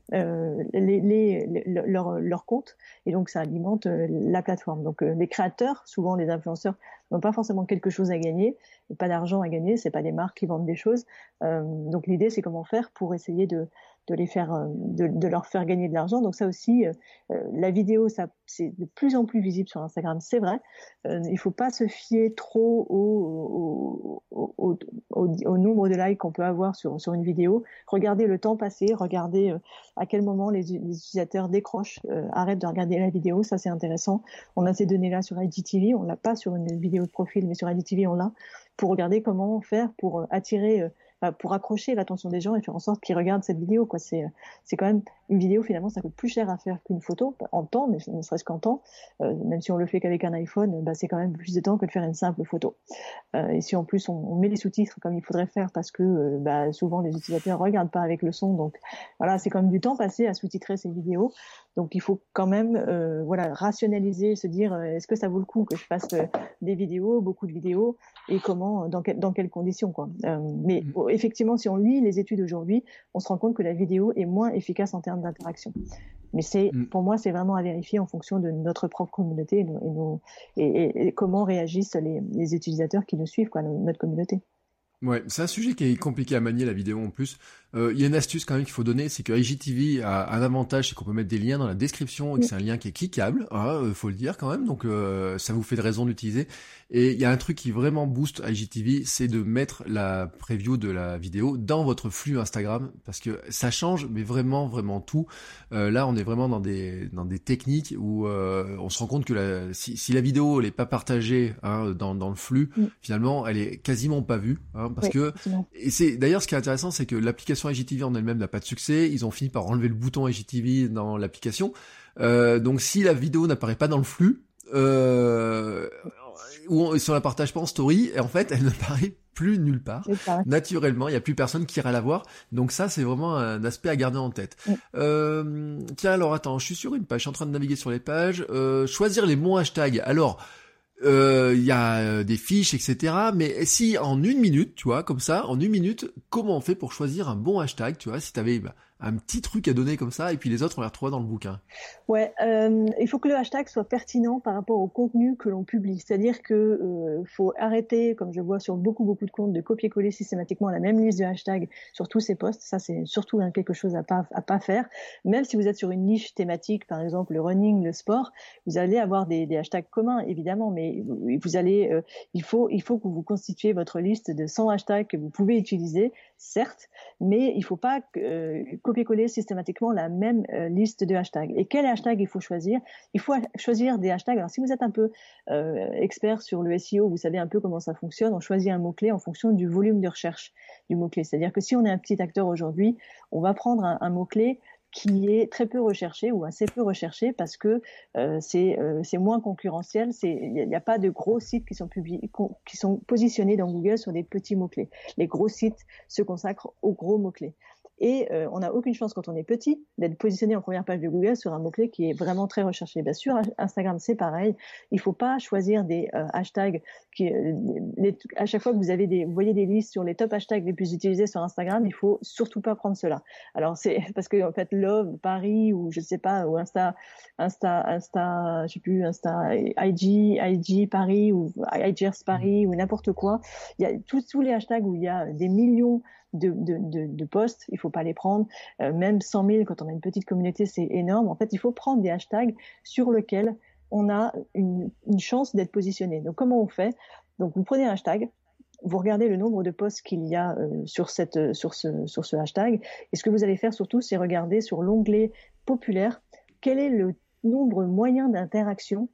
leur compte et donc ça alimente la plateforme. Donc les créateurs, souvent les influenceurs, n'ont pas forcément quelque chose à gagner, pas d'argent à gagner, c'est pas des marques qui vendent des choses. Donc l'idée, c'est comment faire pour essayer de leur faire gagner de l'argent. Donc ça aussi, la vidéo, ça c'est de plus en plus visible sur Instagram, c'est vrai. Il faut pas se fier trop au nombre de likes qu'on peut avoir sur une vidéo. Regardez le temps passé, regardez à quel moment les utilisateurs décrochent, arrêtent de regarder la vidéo, ça c'est intéressant. On a ces données-là sur IGTV, on l'a pas sur une vidéo de profil, mais sur IGTV on l'a, pour regarder comment faire pour attirer pour accrocher l'attention des gens et faire en sorte qu'ils regardent cette vidéo, quoi. C'est quand même une vidéo, finalement, ça coûte plus cher à faire qu'une photo, en temps, mais ne serait-ce qu'en temps. Même si on le fait qu'avec un iPhone, c'est quand même plus de temps que de faire une simple photo. Et si en plus on met les sous-titres comme il faudrait faire, parce que souvent les utilisateurs regardent pas avec le son, donc voilà, c'est quand même du temps passé à sous-titrer ces vidéos. Donc il faut quand même rationaliser, se dire est-ce que ça vaut le coup que je fasse des vidéos, beaucoup de vidéos, et comment, dans quelles conditions, quoi. Mais effectivement, si on lit les études aujourd'hui, on se rend compte que la vidéo est moins efficace en termes d'interaction. Mais pour moi, c'est vraiment à vérifier en fonction de notre propre communauté et comment réagissent les utilisateurs qui nous suivent, quoi, notre communauté. Ouais, c'est un sujet qui est compliqué à manier, la vidéo en plus. Il y a une astuce quand même qu'il faut donner, c'est que IGTV a un avantage, c'est qu'on peut mettre des liens dans la description et que c'est un lien qui est cliquable, faut le dire quand même, donc ça vous fait de raison d'utiliser. Et il y a un truc qui vraiment booste IGTV, c'est de mettre la preview de la vidéo dans votre flux Instagram, parce que ça change, mais vraiment, vraiment tout. Là, on est vraiment dans des techniques où on se rend compte que si la vidéo elle est pas partagée dans le flux, finalement, elle est quasiment pas vue, parce que et c'est d'ailleurs ce qui est intéressant, c'est que l'application IGTV en elle-même n'a pas de succès. Ils ont fini par enlever le bouton IGTV dans l'application. Donc si la vidéo n'apparaît pas dans le flux, ou si on la partage pas en story, et en fait elle n'apparaît plus nulle part. Naturellement, il y a plus personne qui ira la voir. Donc ça, c'est vraiment un aspect à garder en tête. Tiens, alors attends, je suis sur une page, je suis en train de naviguer sur les pages. Choisir les bons hashtags. Alors, il y a des fiches, etc. Mais si en 1 minute, tu vois, comme ça, en 1 minute, comment on fait pour choisir un bon hashtag, tu vois, si t'avais un petit truc à donner comme ça, et puis les autres, on les retrouvera dans le bouquin. Ouais, il faut que le hashtag soit pertinent par rapport au contenu que l'on publie. C'est-à-dire que faut arrêter, comme je vois sur beaucoup de comptes, de copier-coller systématiquement la même liste de hashtags sur tous ces posts. Ça, c'est surtout quelque chose à pas faire. Même si vous êtes sur une niche thématique, par exemple le running, le sport, vous allez avoir des hashtags communs, évidemment, mais vous allez, il faut que vous constituiez votre liste de 100 hashtags que vous pouvez utiliser, certes, mais il faut pas copier-coller systématiquement la même liste de hashtags. Et quel hashtag il faut choisir? Il faut choisir des hashtags. Alors, si vous êtes un peu expert sur le SEO, vous savez un peu comment ça fonctionne. On choisit un mot-clé en fonction du volume de recherche du mot-clé. C'est-à-dire que si on est un petit acteur aujourd'hui, on va prendre un mot-clé qui est très peu recherché ou assez peu recherché parce que c'est moins concurrentiel. Il n'y a pas de gros sites qui sont positionnés dans Google sur des petits mots-clés. Les gros sites se consacrent aux gros mots-clés. Et on n'a aucune chance quand on est petit d'être positionné en première page de Google sur un mot-clé qui est vraiment très recherché. Bien sûr, Instagram, c'est pareil. Il faut pas choisir des hashtags à chaque fois que vous voyez des listes sur les top hashtags les plus utilisés sur Instagram, il faut surtout pas prendre cela. Alors c'est parce que en fait Love Paris ou je sais pas ou Insta, je sais plus Insta IG Paris ou IGers Paris ou n'importe quoi. Il y a tous les hashtags où il y a des millions de posts, il faut pas les prendre. Même 100 000 quand on a une petite communauté, c'est énorme. En fait, il faut prendre des hashtags sur lesquels on a une chance d'être positionné. Donc, comment on fait? Donc, vous prenez un hashtag, vous regardez le nombre de posts qu'il y a sur ce hashtag. Et ce que vous allez faire surtout, c'est regarder sur l'onglet populaire quel est le nombre moyen d'interaction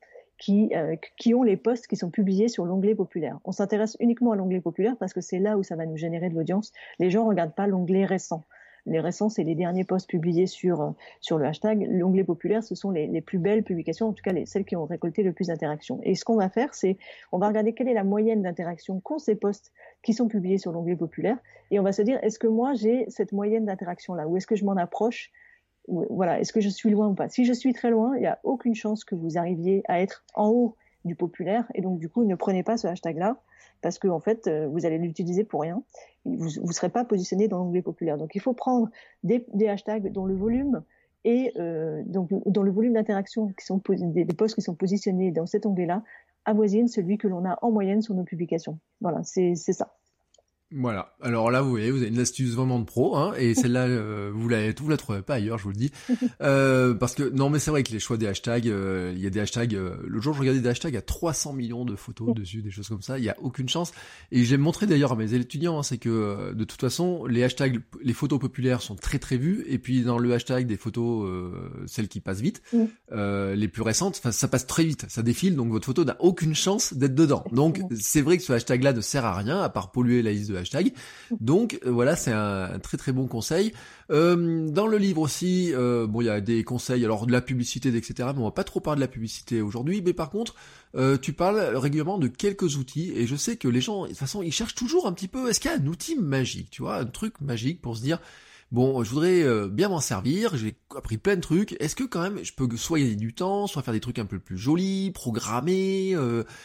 qui ont les posts qui sont publiés sur l'onglet populaire. On s'intéresse uniquement à l'onglet populaire parce que c'est là où ça va nous générer de l'audience. Les gens regardent pas l'onglet récent. Les récents, c'est les derniers posts publiés sur le hashtag. L'onglet populaire, ce sont les plus belles publications, en tout cas celles qui ont récolté le plus d'interactions. Et ce qu'on va faire, c'est on va regarder quelle est la moyenne d'interaction qu'ont ces posts qui sont publiés sur l'onglet populaire, et on va se dire est-ce que moi j'ai cette moyenne d'interaction-là, ou est-ce que je m'en approche? Voilà, est-ce que je suis loin ou pas? Si je suis très loin, il n'y a aucune chance que vous arriviez à être en haut du populaire, et donc du coup, ne prenez pas ce hashtag-là, parce que en fait, vous allez l'utiliser pour rien. Vous serez pas positionné dans l'onglet populaire. Donc, il faut prendre des hashtags dont le volume et donc dans le volume d'interaction qui sont des posts qui sont positionnés dans cet onglet-là avoisine celui que l'on a en moyenne sur nos publications. Voilà, c'est ça. Voilà. Alors là, vous voyez, vous avez une astuce vraiment de pro, hein, et celle-là, vous la trouvez pas ailleurs, je vous le dis. Parce que, non, mais c'est vrai que les choix des hashtags, il y a des hashtags, l'autre jour, je regardais des hashtags à 300 millions de photos dessus, des choses comme ça, il y a aucune chance. Et j'ai montré d'ailleurs à mes étudiants, hein, c'est que, de toute façon, les hashtags, les photos populaires sont très très vues, et puis dans le hashtag des photos, celles qui passent vite, les plus récentes, ça passe très vite, ça défile, donc votre photo n'a aucune chance d'être dedans. Donc, c'est vrai que ce hashtag-là ne sert à rien, à part polluer la liste de hashtag. Donc voilà, c'est un très très bon conseil. Dans le livre aussi, bon, il y a des conseils, alors de la publicité, etc. Mais on va pas trop parler de la publicité aujourd'hui. Mais par contre, tu parles régulièrement de quelques outils, et je sais que les gens, de toute façon, ils cherchent toujours un petit peu. Est-ce qu'il y a un outil magique, tu vois, un truc magique pour se dire, bon, je voudrais bien m'en servir, j'ai appris plein de trucs, est-ce que quand même je peux soit gagner du temps, soit faire des trucs un peu plus jolis, programmer,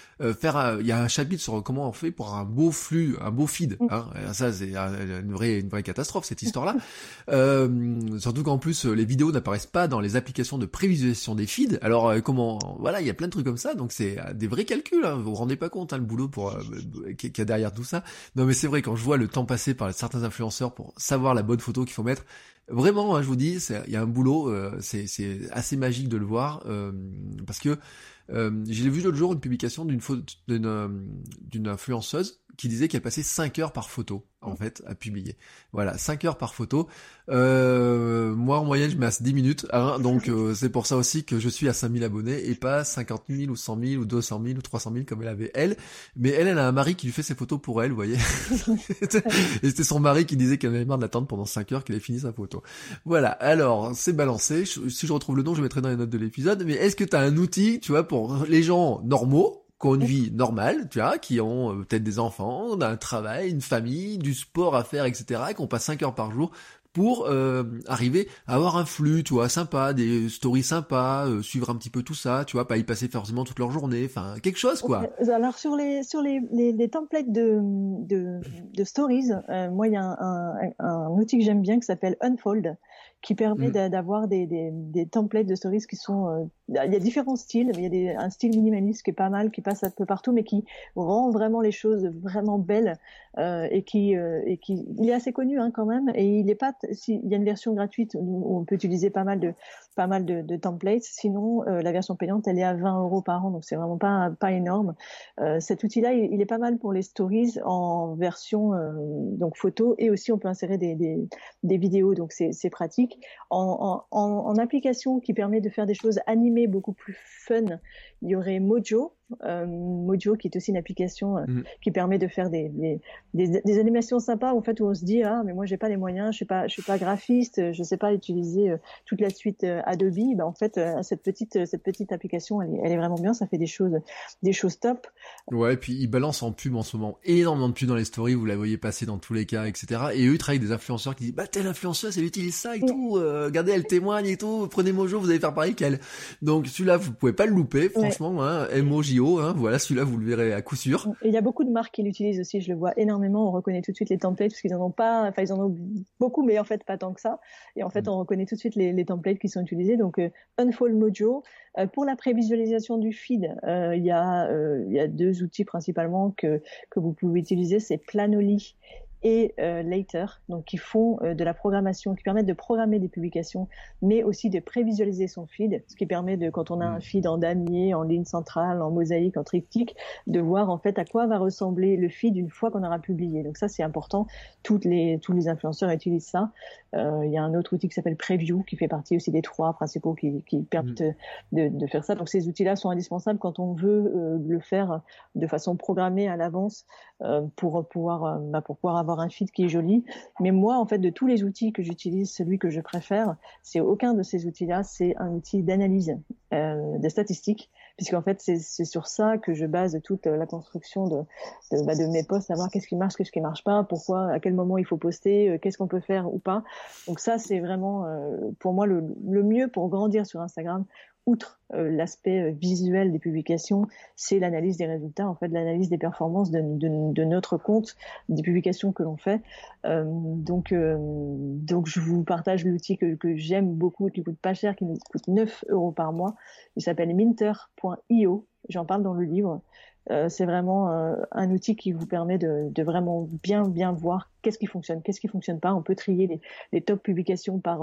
il y a un chapitre sur comment on fait pour un beau flux, un beau feed, hein. Ça c'est une vraie catastrophe cette histoire-là. Surtout qu'en plus les vidéos n'apparaissent pas dans les applications de prévisualisation des feeds. Alors voilà, il y a plein de trucs comme ça, donc c'est des vrais calculs, hein. Vous vous rendez pas compte, hein, le boulot qu'il y a derrière tout ça. Non mais c'est vrai, quand je vois le temps passé par certains influenceurs pour savoir la bonne photo qu'il faut mettre, vraiment, hein, je vous dis, il y a un boulot, c'est assez magique de le voir, parce que j'ai vu l'autre jour une publication d'une influenceuse qui disait qu'elle passait 5 heures par photo, en fait, à publier. Voilà, 5 heures par photo. Moi, en moyenne, je mets à 10 minutes, hein, donc c'est pour ça aussi que je suis à 5000 abonnés, et pas 50 000 ou 100 000 ou 200 000 ou 300 000 comme elle avait elle. Mais elle a un mari qui lui fait ses photos pour elle, vous voyez. Et c'était son mari qui disait qu'elle avait marre d'attendre pendant 5 heures qu'elle ait fini sa photo. Voilà, alors, c'est balancé. Si je retrouve le nom, je mettrai dans les notes de l'épisode. Mais est-ce que tu as un outil, tu vois, pour les gens normaux, qui ont une vie normale, tu vois, qui ont peut-être des enfants, un travail, une famille, du sport à faire, etc., et qu'on passe 5 heures par jour pour arriver à avoir un flux, tu vois, sympa, des stories sympas, suivre un petit peu tout ça, tu vois, pas y passer forcément toute leur journée, enfin, quelque chose, quoi. Alors, sur les templates de stories, moi, il y a un outil que j'aime bien qui s'appelle Unfold. qui permet d'avoir des templates de stories qui sont... il y a différents styles, mais il y a un style minimaliste qui est pas mal, qui passe un peu partout, mais qui rend vraiment les choses vraiment belles et qui il est assez connu quand même. Et il y a une version gratuite où on peut utiliser pas mal de templates. Sinon, la version payante, elle est à 20 € par an, donc c'est vraiment pas énorme. Cet outil-là, il est pas mal pour les stories en version donc photo, et aussi on peut insérer des vidéos, donc c'est pratique. En application qui permet de faire des choses animées beaucoup plus fun, il y aurait Mojo. Mojo, qui est aussi une application qui permet de faire des animations sympas, en fait, où on se dit mais moi j'ai pas les moyens, je suis pas graphiste, je sais pas utiliser toute la suite Adobe. En fait, cette petite application, elle est vraiment bien, ça fait des choses top. Ouais, et puis ils balancent en pub en ce moment énormément de pubs dans les stories, vous la voyez passer dans tous les cas, etc. Et eux ils travaillent avec des influenceurs qui disent telle influenceuse elle utilise ça et tout, regardez, elle témoigne et tout, prenez Mojo, vous allez faire pareil qu'elle. Donc celui-là vous pouvez pas le louper, franchement, MOJO, voilà, celui-là vous le verrez à coup sûr. Et il y a beaucoup de marques qui l'utilisent aussi, je le vois énormément, on reconnaît tout de suite les templates, parce qu'ils en ont pas, enfin ils en ont beaucoup, mais en fait pas tant que ça. Et en fait on reconnaît tout de suite les templates qui sont utilisés. Donc Unfold Mojo. Pour la prévisualisation du feed, il y a deux outils principalement que vous pouvez utiliser, c'est Planoly et Later, donc qui font de la programmation, qui permettent de programmer des publications, mais aussi de prévisualiser son feed, ce qui permet de, quand on a un feed en damier, en ligne centrale, en mosaïque, en triptyque, de voir en fait à quoi va ressembler le feed une fois qu'on aura publié. Donc ça c'est important, tous les influenceurs utilisent ça. Il y a un autre outil qui s'appelle Preview, qui fait partie aussi des 3 principaux qui permettent de faire ça. Donc ces outils-là sont indispensables quand on veut le faire de façon programmée à l'avance, pour pouvoir avoir un feed qui est joli. Mais moi, en fait, de tous les outils que j'utilise, celui que je préfère, c'est aucun de ces outils-là, c'est un outil d'analyse des statistiques, puisqu'en fait, c'est sur ça que je base toute la construction de mes posts, savoir qu'est-ce qui marche, qu'est-ce qui marche pas, pourquoi, à quel moment il faut poster, qu'est-ce qu'on peut faire ou pas. Donc ça, c'est vraiment pour moi le mieux pour grandir sur Instagram. Outre l'aspect visuel des publications, c'est l'analyse des résultats, en fait, l'analyse des performances de notre compte, des publications que l'on fait. Donc je vous partage l'outil que j'aime beaucoup, qui coûte pas cher, qui nous coûte 9 € par mois. Il s'appelle Minter.io. J'en parle dans le livre. C'est vraiment un outil qui vous permet de vraiment bien voir qu'est-ce qui fonctionne pas. On peut trier les top publications par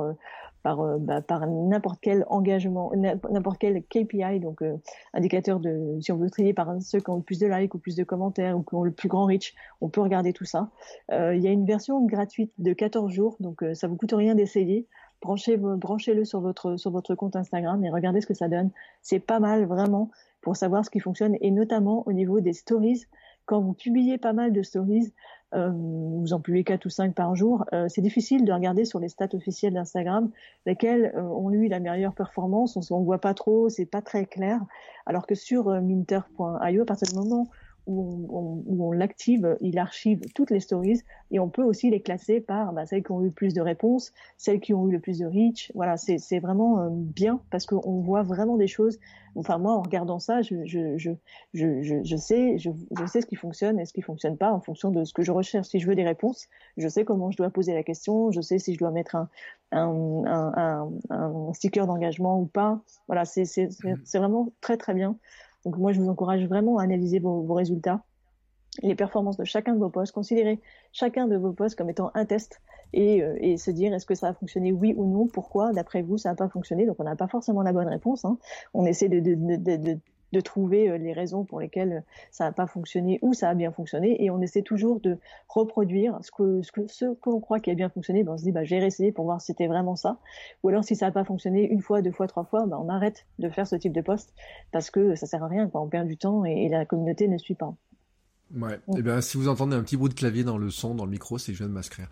n'importe quel engagement, n'importe quel KPI, donc indicateur de, si on veut trier par ceux qui ont le plus de likes ou plus de commentaires ou qui ont le plus grand reach, on peut regarder tout ça. Il y a une version gratuite de 14 jours, donc ça vous coûte rien d'essayer. Branchez-le sur votre compte Instagram et regardez ce que ça donne. C'est pas mal vraiment pour savoir ce qui fonctionne, et notamment au niveau des stories. Quand vous publiez pas mal de stories, vous en publiez 4 ou 5 par jour, c'est difficile de regarder sur les stats officielles d'Instagram lesquelles ont eu la meilleure performance. On voit pas trop, c'est pas très clair. Alors que sur Minter.io, à partir du moment où on l'active, il archive toutes les stories, et on peut aussi les classer par celles qui ont eu le plus de réponses, celles qui ont eu le plus de reach. Voilà, c'est vraiment bien, parce qu'on voit vraiment des choses. Enfin, moi, en regardant ça, je sais ce qui fonctionne et ce qui fonctionne pas en fonction de ce que je recherche. Si je veux des réponses, je sais comment je dois poser la question, je sais si je dois mettre un sticker d'engagement ou pas. Voilà, c'est vraiment très très bien. Donc moi, je vous encourage vraiment à analyser vos résultats, les performances de chacun de vos posts, considérer chacun de vos posts comme étant un test, et se dire est-ce que ça a fonctionné, oui ou non, pourquoi d'après vous ça n'a pas fonctionné. Donc on n'a pas forcément la bonne réponse, on essaie de trouver les raisons pour lesquelles ça n'a pas fonctionné ou ça a bien fonctionné, et on essaie toujours de reproduire ce que l'on croit qui a bien fonctionné. On se dit j'ai réessayé pour voir si c'était vraiment ça, ou alors si ça n'a pas fonctionné 1 fois, 2 fois, 3 fois, on arrête de faire ce type de post, parce que ça sert à rien, on perd du temps et la communauté ne suit pas. Ouais. Et bien, si vous entendez un petit bruit de clavier dans le son, dans le micro, c'est que je viens de m'inscrire.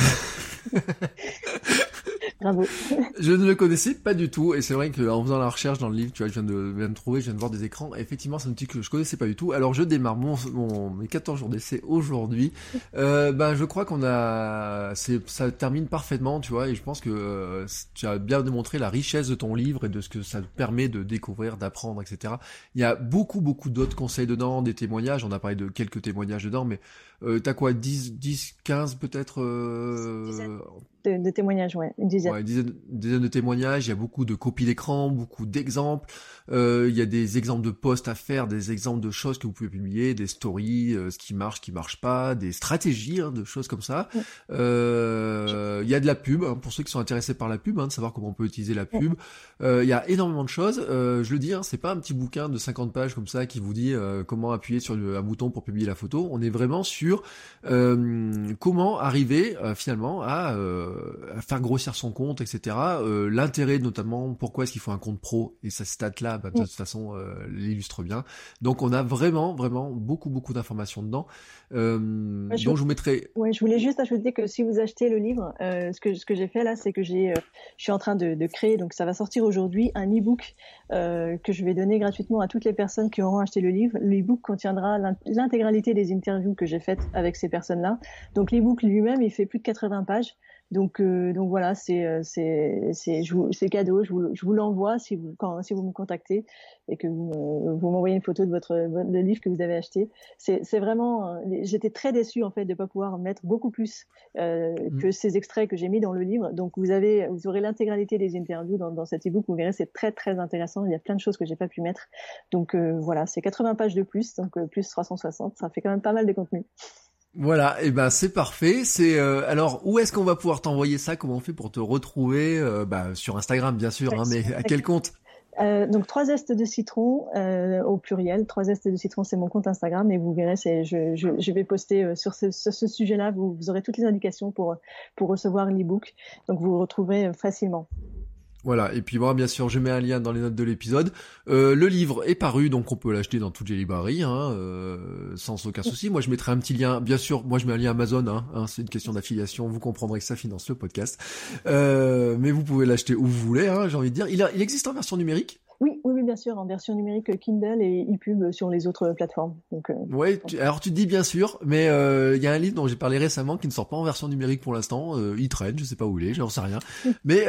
Bravo. Je ne le connaissais pas du tout, et c'est vrai qu'en faisant la recherche dans le livre, tu vois, je viens de voir des écrans, et effectivement, c'est un outil que je connaissais pas du tout. Alors, je démarre mes 14 jours d'essai aujourd'hui. Je crois ça termine parfaitement, tu vois, et je pense que tu as bien démontré la richesse de ton livre et de ce que ça te permet de découvrir, d'apprendre, etc. Il y a beaucoup d'autres conseils dedans, des témoignages, on a parlé de quelques témoignages dedans, mais t'as quoi, 10, 15 peut-être de témoignages, ouais, une dizaine. Ouais, une dizaine de témoignages, il y a beaucoup de copies d'écran, beaucoup d'exemples, il y a des exemples de posts à faire, des exemples de choses que vous pouvez publier, des stories, ce qui marche pas, des stratégies, de choses comme ça. Ouais. Il y a de la pub, pour ceux qui sont intéressés par la pub, de savoir comment on peut utiliser la pub. Il y a énormément de choses, je le dis, c'est pas un petit bouquin de 50 pages comme ça qui vous dit comment appuyer sur un bouton pour publier la photo. On est vraiment sur comment arriver finalement à faire grossir son compte, etc. L'intérêt notamment, pourquoi est-ce qu'il faut un compte pro, et ça stat-là, de toute façon, l'illustre bien. Donc on a vraiment beaucoup d'informations dedans. Donc je vous mettrai... Ouais, je voulais juste ajouter que si vous achetez le livre, ce que j'ai fait là, c'est que je suis en train de créer, donc ça va sortir aujourd'hui, un e-book que je vais donner gratuitement à toutes les personnes qui auront acheté le livre. Le e-book contiendra l'intégralité des interviews que j'ai faites avec ces personnes-là. Donc l'e-book lui-même, il fait plus de 80 pages. Donc voilà, c'est cadeau. Je vous l'envoie si vous me contactez et que vous m'envoyez une photo de le livre que vous avez acheté. C'est vraiment, j'étais très déçue en fait de pas pouvoir mettre beaucoup plus que ces extraits que j'ai mis dans le livre. Donc vous aurez l'intégralité des interviews dans cet e-book. Vous verrez, c'est très très intéressant. Il y a plein de choses que j'ai pas pu mettre. Donc voilà, c'est 80 pages de plus, donc plus 360. Ça fait quand même pas mal de contenu. Voilà, et c'est parfait. Alors où est-ce qu'on va pouvoir t'envoyer ça? Comment on fait pour te retrouver? Sur Instagram bien sûr, mais à quel compte? Donc 3 zestes de citron au pluriel. 3 zestes de citron, c'est mon compte Instagram, et vous verrez, je vais poster sur ce sujet-là. Vous aurez toutes les indications pour recevoir l'e-book, donc vous le retrouverez facilement. Voilà, et puis moi bien sûr je mets un lien dans les notes de l'épisode. Le livre est paru, donc on peut l'acheter dans toutes les librairies, sans aucun souci. Moi je mettrai un petit lien, bien sûr, moi je mets un lien Amazon, c'est une question d'affiliation, vous comprendrez que ça finance le podcast. Mais vous pouvez l'acheter où vous voulez, j'ai envie de dire. Il existe en version numérique? Oui, bien sûr, en version numérique Kindle et ePub sur les autres plateformes. Donc, ouais, alors tu te dis bien sûr, mais il y a un livre dont j'ai parlé récemment qui ne sort pas en version numérique pour l'instant. Il traîne, je sais pas où il est, j'en sais rien. Mais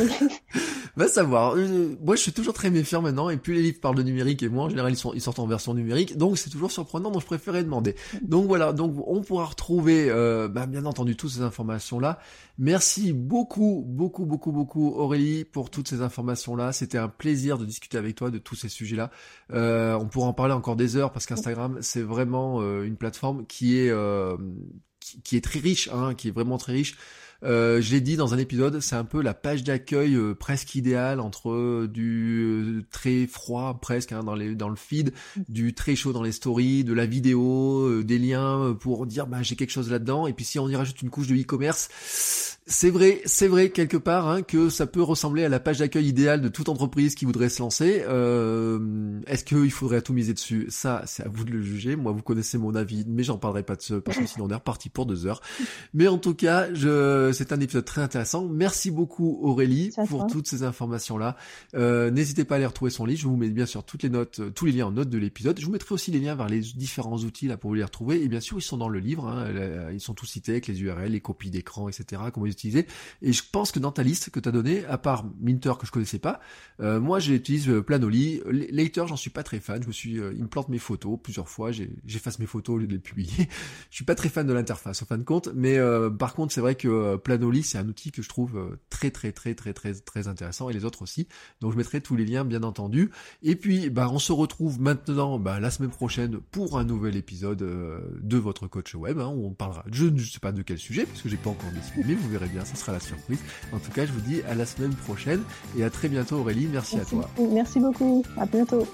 va savoir. Moi, je suis toujours très méfiant maintenant, et plus les livres parlent de numérique, et moins en général ils sortent en version numérique, donc c'est toujours surprenant. Donc je préférais demander. Donc voilà, donc on pourra retrouver, bien entendu, toutes ces informations là. Merci beaucoup Aurélie pour toutes ces informations là. C'était un plaisir de discuter avec toi de tous ces sujets là. On pourra en parler encore des heures, parce qu'Instagram c'est vraiment une plateforme qui est très riche, qui est vraiment très riche. Je l'ai dit dans un épisode, c'est un peu la page d'accueil presque idéale entre du très froid presque dans le feed, du très chaud dans les stories, de la vidéo, des liens pour dire j'ai quelque chose là-dedans, et puis si on y rajoute une couche de e-commerce, c'est vrai quelque part que ça peut ressembler à la page d'accueil idéale de toute entreprise qui voudrait se lancer. Est-ce qu'il faudrait tout miser dessus? Ça, c'est à vous de le juger. Moi, vous connaissez mon avis, mais j'en parlerai pas de ça parce que sinon on est reparti pour 2 heures. Mais en tout cas, c'est un épisode très intéressant. Merci beaucoup Aurélie pour toutes ces informations-là. N'hésitez pas à aller retrouver son livre. Je vous mets bien sûr toutes les notes, tous les liens en notes de l'épisode. Je vous mettrai aussi les liens vers les différents outils là pour vous les retrouver. Et bien sûr, ils sont dans le livre. Ils sont tous cités avec les URL, les copies d'écran, etc. Comment les utiliser. Et je pense que dans ta liste que tu as donnée, à part Minter que je connaissais pas, moi j'utilise Planoly. Later, j'en suis pas très fan. Il me plante mes photos plusieurs fois. J'efface mes photos au lieu de les publier. Je suis pas très fan de l'interface en fin de compte. Mais par contre, c'est vrai que Planoly, c'est un outil que je trouve très intéressant, et les autres aussi. Donc je mettrai tous les liens bien entendu. Et puis on se retrouve maintenant la semaine prochaine pour un nouvel épisode de votre coach web, où on parlera, je ne sais pas de quel sujet parce que j'ai pas encore décidé, mais vous verrez bien, ça sera la surprise. En tout cas, je vous dis à la semaine prochaine et à très bientôt Aurélie, merci à toi. Merci beaucoup, à bientôt.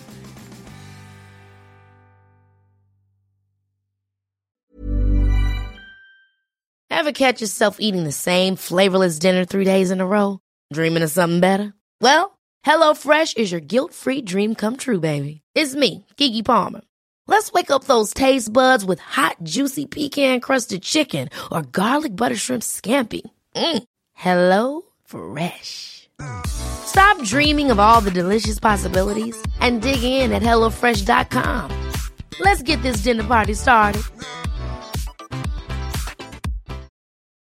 Ever catch yourself eating the same flavorless dinner 3 days in a row? Dreaming of something better? Well, HelloFresh is your guilt-free dream come true, baby. It's me, Keke Palmer. Let's wake up those taste buds with hot, juicy pecan-crusted chicken or garlic butter shrimp scampi. Hello Fresh. Stop dreaming of all the delicious possibilities and dig in at HelloFresh.com. Let's get this dinner party started.